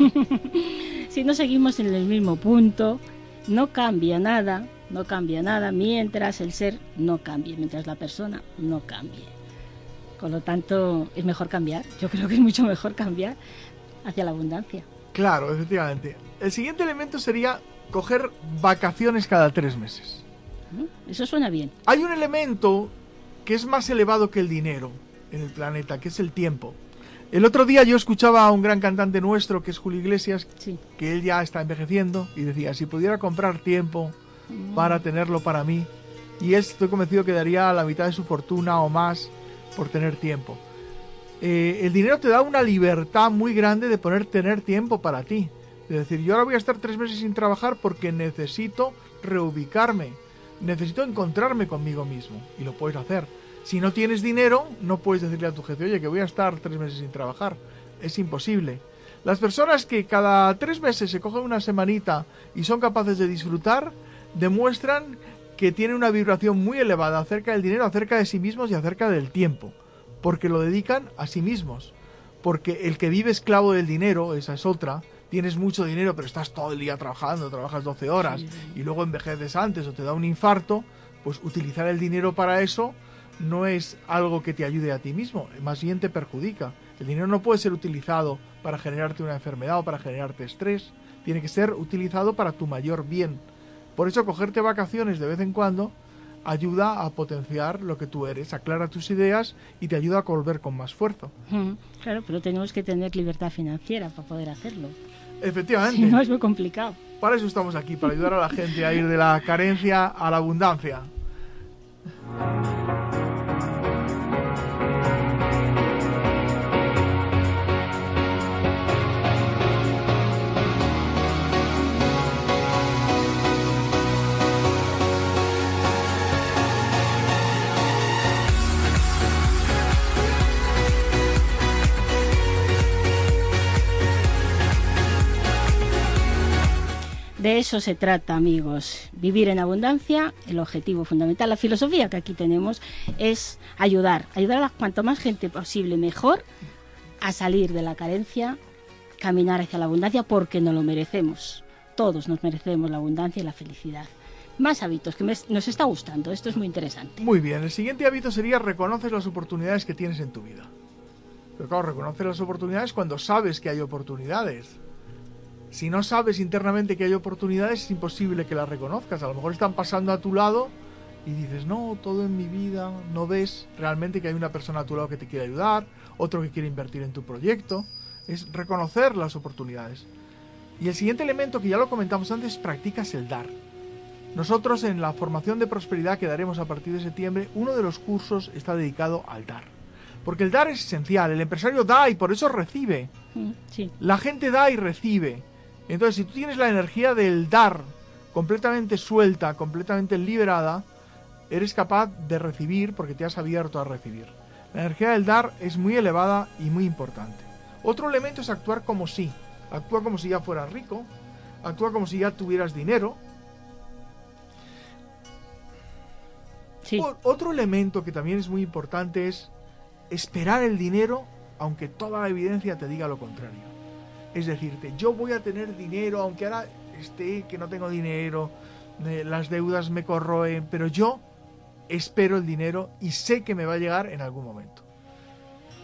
[SPEAKER 2] Si no seguimos en el mismo punto, no cambia nada. No cambia nada mientras el ser no cambie, mientras la persona no cambie. Con lo tanto, es mejor cambiar. Yo creo que es mucho mejor cambiar hacia la abundancia.
[SPEAKER 3] Claro, efectivamente. El siguiente elemento sería coger vacaciones cada tres meses.
[SPEAKER 2] Eso suena bien.
[SPEAKER 3] Hay un elemento que es más elevado que el dinero en el planeta, que es el tiempo. El otro día yo escuchaba a un gran cantante nuestro, que es Julio Iglesias, sí. que él ya está envejeciendo, y decía, si pudiera comprar tiempo para tenerlo para mí, y estoy convencido que daría la mitad de su fortuna o más por tener tiempo. Eh, el dinero te da una libertad muy grande de poder tener tiempo para ti, de decir, yo ahora voy a estar tres meses sin trabajar porque necesito reubicarme, necesito encontrarme conmigo mismo, y lo puedes hacer. Si no tienes dinero, no puedes decirle a tu jefe, oye, que voy a estar tres meses sin trabajar, es imposible. Las personas que cada tres meses se cogen una semanita y son capaces de disfrutar, demuestran que tienen una vibración muy elevada acerca del dinero, acerca de sí mismos y acerca del tiempo, porque lo dedican a sí mismos. Porque el que vive esclavo del dinero, esa es otra, tienes mucho dinero pero estás todo el día trabajando, trabajas doce horas y luego envejeces antes o te da un infarto, pues utilizar el dinero para eso no es algo que te ayude a ti mismo, más bien te perjudica. El dinero no puede ser utilizado para generarte una enfermedad o para generarte estrés, tiene que ser utilizado para tu mayor bien. Por eso cogerte vacaciones de vez en cuando ayuda a potenciar lo que tú eres, aclara tus ideas y te ayuda a volver con más fuerza.
[SPEAKER 2] Mm, claro, pero tenemos que tener libertad financiera para poder hacerlo.
[SPEAKER 3] Efectivamente.
[SPEAKER 2] Si no, es muy complicado.
[SPEAKER 3] Para eso estamos aquí, para ayudar a la gente a ir de la carencia a la abundancia.
[SPEAKER 2] De eso se trata, amigos. Vivir en abundancia, el objetivo fundamental. La filosofía que aquí tenemos es ayudar, ayudar a cuanto más gente posible mejor a salir de la carencia, caminar hacia la abundancia porque nos lo merecemos. Todos nos merecemos la abundancia y la felicidad. Más hábitos, que me, nos está gustando. Esto es muy interesante.
[SPEAKER 3] Muy bien. El siguiente hábito sería reconocer las oportunidades que tienes en tu vida. Pero claro, reconocer las oportunidades cuando sabes que hay oportunidades. Si no sabes internamente que hay oportunidades, es imposible que las reconozcas. A lo mejor están pasando a tu lado y dices, no, todo en mi vida, no ves realmente que hay una persona a tu lado que te quiere ayudar, otro que quiere invertir en tu proyecto. Es reconocer las oportunidades. Y el siguiente elemento, que ya lo comentamos antes, practicas el dar. Nosotros en la formación de prosperidad que daremos a partir de septiembre, uno de los cursos está dedicado al dar. Porque el dar es esencial, el empresario da y por eso recibe.
[SPEAKER 2] Sí.
[SPEAKER 3] La gente da y recibe. Entonces, si tú tienes la energía del dar completamente suelta, completamente liberada, eres capaz de recibir porque te has abierto a recibir. La energía del dar es muy elevada y muy importante. Otro elemento es actuar como si. Actúa como si ya fueras rico, actúa como si ya tuvieras dinero.
[SPEAKER 2] Sí.
[SPEAKER 3] O- otro elemento que también es muy importante es esperar el dinero aunque toda la evidencia te diga lo contrario. Es decirte, yo voy a tener dinero, aunque ahora esté que no tengo dinero, eh, las deudas me corroen, pero yo espero el dinero y sé que me va a llegar en algún momento.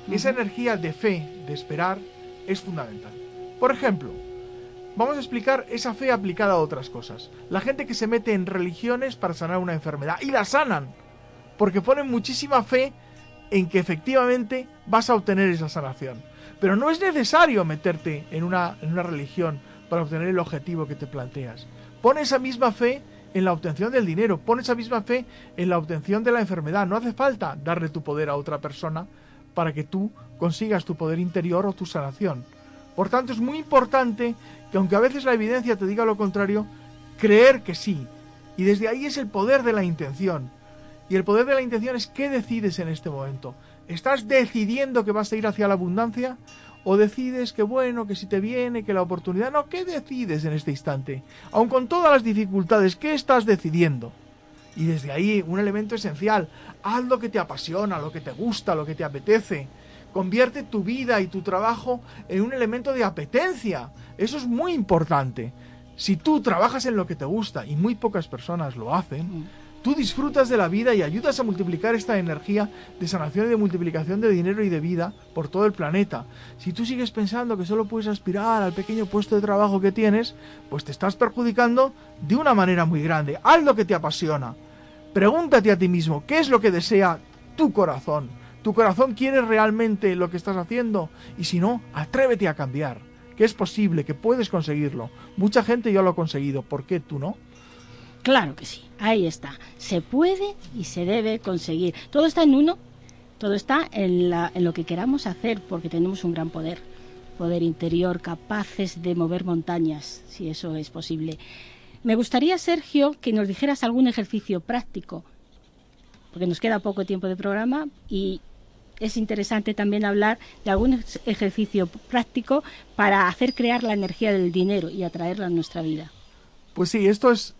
[SPEAKER 3] Uh-huh. Esa energía de fe, de esperar, es fundamental. Por ejemplo, vamos a explicar esa fe aplicada a otras cosas. La gente que se mete en religiones para sanar una enfermedad, y la sanan, porque ponen muchísima fe en que efectivamente vas a obtener esa sanación. Pero no es necesario meterte en una, en una religión para obtener el objetivo que te planteas. Pon esa misma fe en la obtención del dinero, pon esa misma fe en la obtención de la enfermedad. No hace falta darle tu poder a otra persona para que tú consigas tu poder interior o tu sanación. Por tanto, es muy importante que, aunque a veces la evidencia te diga lo contrario, creer que sí. Y desde ahí es el poder de la intención. Y el poder de la intención es qué decides en este momento. ¿Estás decidiendo que vas a ir hacia la abundancia? ¿O decides que bueno, que si te viene, que la oportunidad? No, ¿qué decides en este instante? Aun con todas las dificultades, ¿qué estás decidiendo? Y desde ahí, un elemento esencial, haz lo que te apasiona, lo que te gusta, lo que te apetece. Convierte tu vida y tu trabajo en un elemento de apetencia. Eso es muy importante. Si tú trabajas en lo que te gusta, y muy pocas personas lo hacen, tú disfrutas de la vida y ayudas a multiplicar esta energía de sanación y de multiplicación de dinero y de vida por todo el planeta. Si tú sigues pensando que solo puedes aspirar al pequeño puesto de trabajo que tienes, pues te estás perjudicando de una manera muy grande. Haz lo que te apasiona. Pregúntate a ti mismo, ¿qué es lo que desea tu corazón? ¿Tu corazón quiere realmente lo que estás haciendo? Y si no, atrévete a cambiar. Que es posible, que puedes conseguirlo. Mucha gente ya lo ha conseguido. ¿Por qué tú no?
[SPEAKER 2] Claro que sí, ahí está. Se puede y se debe conseguir. Todo está en uno, todo está en, la, en lo que queramos hacer, porque tenemos un gran poder. Poder interior, capaces de mover montañas, si eso es posible. Me gustaría, Sergio, que nos dijeras algún ejercicio práctico, porque nos queda poco tiempo de programa y es interesante también hablar de algún ejercicio práctico para hacer crear la energía del dinero y atraerla a nuestra vida.
[SPEAKER 3] Pues sí, esto es,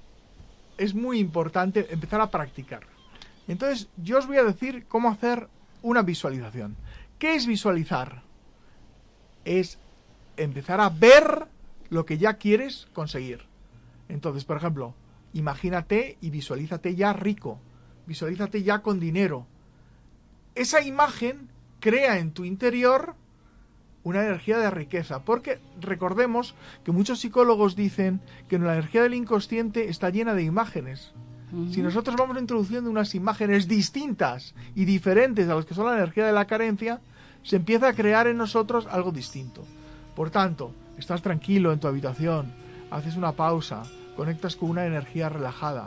[SPEAKER 3] es muy importante empezar a practicar. Entonces, yo os voy a decir cómo hacer una visualización. ¿Qué es visualizar? Es empezar a ver lo que ya quieres conseguir. Entonces, por ejemplo, imagínate y visualízate ya rico. Visualízate ya con dinero. Esa imagen crea en tu interior una energía de riqueza, porque recordemos que muchos psicólogos dicen que la energía del inconsciente está llena de imágenes. Uh-huh. Si nosotros vamos introduciendo unas imágenes distintas y diferentes a las que son la energía de la carencia, se empieza a crear en nosotros algo distinto. Por tanto, estás tranquilo en tu habitación, haces una pausa, conectas con una energía relajada,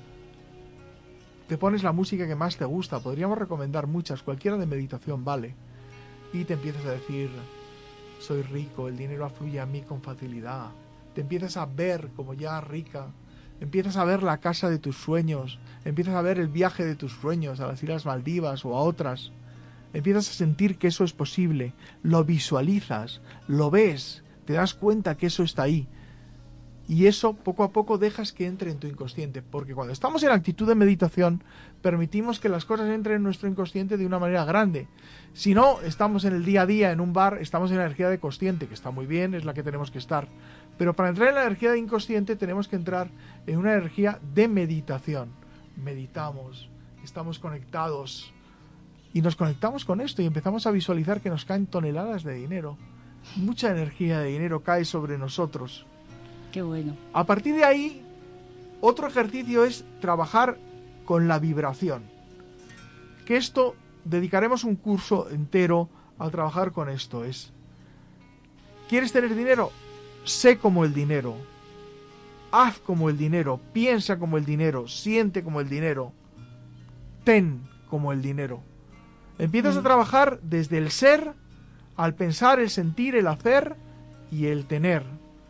[SPEAKER 3] te pones la música que más te gusta, podríamos recomendar muchas, cualquiera de meditación vale, y te empiezas a decir, soy rico, el dinero afluye a mí con facilidad, te empiezas a ver como ya rica, empiezas a ver la casa de tus sueños, empiezas a ver el viaje de tus sueños a las Islas Maldivas o a otras, empiezas a sentir que eso es posible, lo visualizas, lo ves, te das cuenta que eso está ahí. Y eso poco a poco dejas que entre en tu inconsciente, porque cuando estamos en actitud de meditación permitimos que las cosas entren en nuestro inconsciente de una manera grande. Si no, estamos en el día a día, en un bar, estamos en la energía de consciente, que está muy bien, es la que tenemos que estar. Pero para entrar en la energía de inconsciente tenemos que entrar en una energía de meditación. Meditamos, estamos conectados y nos conectamos con esto y empezamos a visualizar que nos caen toneladas de dinero. Mucha energía de dinero cae sobre nosotros.
[SPEAKER 2] Qué bueno.
[SPEAKER 3] A partir de ahí, otro ejercicio es trabajar con la vibración. Que esto, dedicaremos un curso entero a trabajar con esto. Es, ¿quieres tener dinero? Sé como el dinero. Haz como el dinero. Piensa como el dinero. Siente como el dinero. Ten como el dinero. Empiezas mm. a trabajar desde el ser, al pensar, el sentir, el hacer y el tener.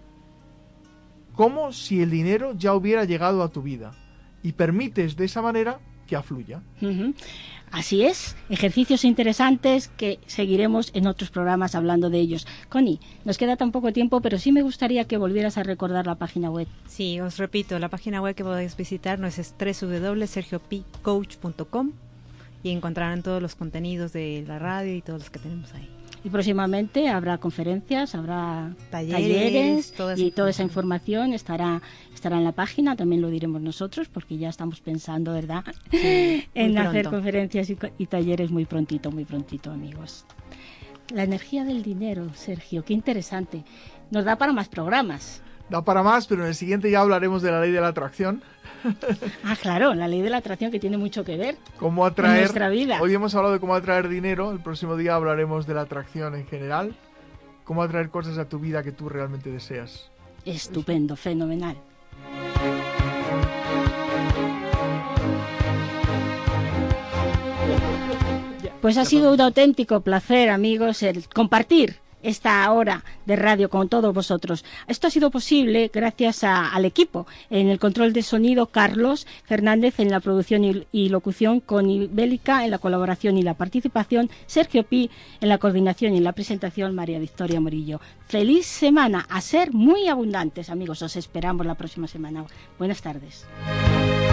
[SPEAKER 3] Como si el dinero ya hubiera llegado a tu vida. Y permites de esa manera que afluya.
[SPEAKER 2] Uh-huh. Así es. Ejercicios interesantes que seguiremos en otros programas hablando de ellos. Connie, nos queda tan poco tiempo, pero sí me gustaría que volvieras a recordar la página web.
[SPEAKER 4] Sí, os repito, la página web que podéis visitarnos es doble u doble u doble u punto sergio p coach punto com y encontrarán todos los contenidos de la radio y todos los que tenemos ahí.
[SPEAKER 2] Y próximamente habrá conferencias, habrá
[SPEAKER 4] talleres,
[SPEAKER 2] talleres
[SPEAKER 4] toda
[SPEAKER 2] y toda esa información estará estará en la página, también lo diremos nosotros porque ya estamos pensando, ¿verdad?
[SPEAKER 4] Sí,
[SPEAKER 2] en
[SPEAKER 4] pronto.
[SPEAKER 2] Hacer conferencias y, y talleres muy prontito, muy prontito, amigos. La energía del dinero, Sergio, qué interesante. Nos da para más programas.
[SPEAKER 3] Da para más, pero en el siguiente ya hablaremos de la ley de la atracción.
[SPEAKER 2] Ah, claro, la ley de la atracción, que tiene mucho que ver
[SPEAKER 3] cómo atraer,
[SPEAKER 2] en nuestra vida.
[SPEAKER 3] Hoy hemos hablado de cómo atraer dinero, el próximo día hablaremos de la atracción en general, cómo atraer cosas a tu vida que tú realmente deseas.
[SPEAKER 2] Estupendo, fenomenal. Pues ha sido un auténtico placer, amigos, el compartir esta hora de radio con todos vosotros. Esto ha sido posible gracias a, al equipo. En el control de sonido, Carlos Fernández; en la producción y, y locución, Connie Bélica; en la colaboración y la participación, Sergio Pi; en la coordinación y en la presentación, María Victoria Morillo. Feliz semana, a ser muy abundantes, amigos. Os esperamos la próxima semana. Buenas tardes.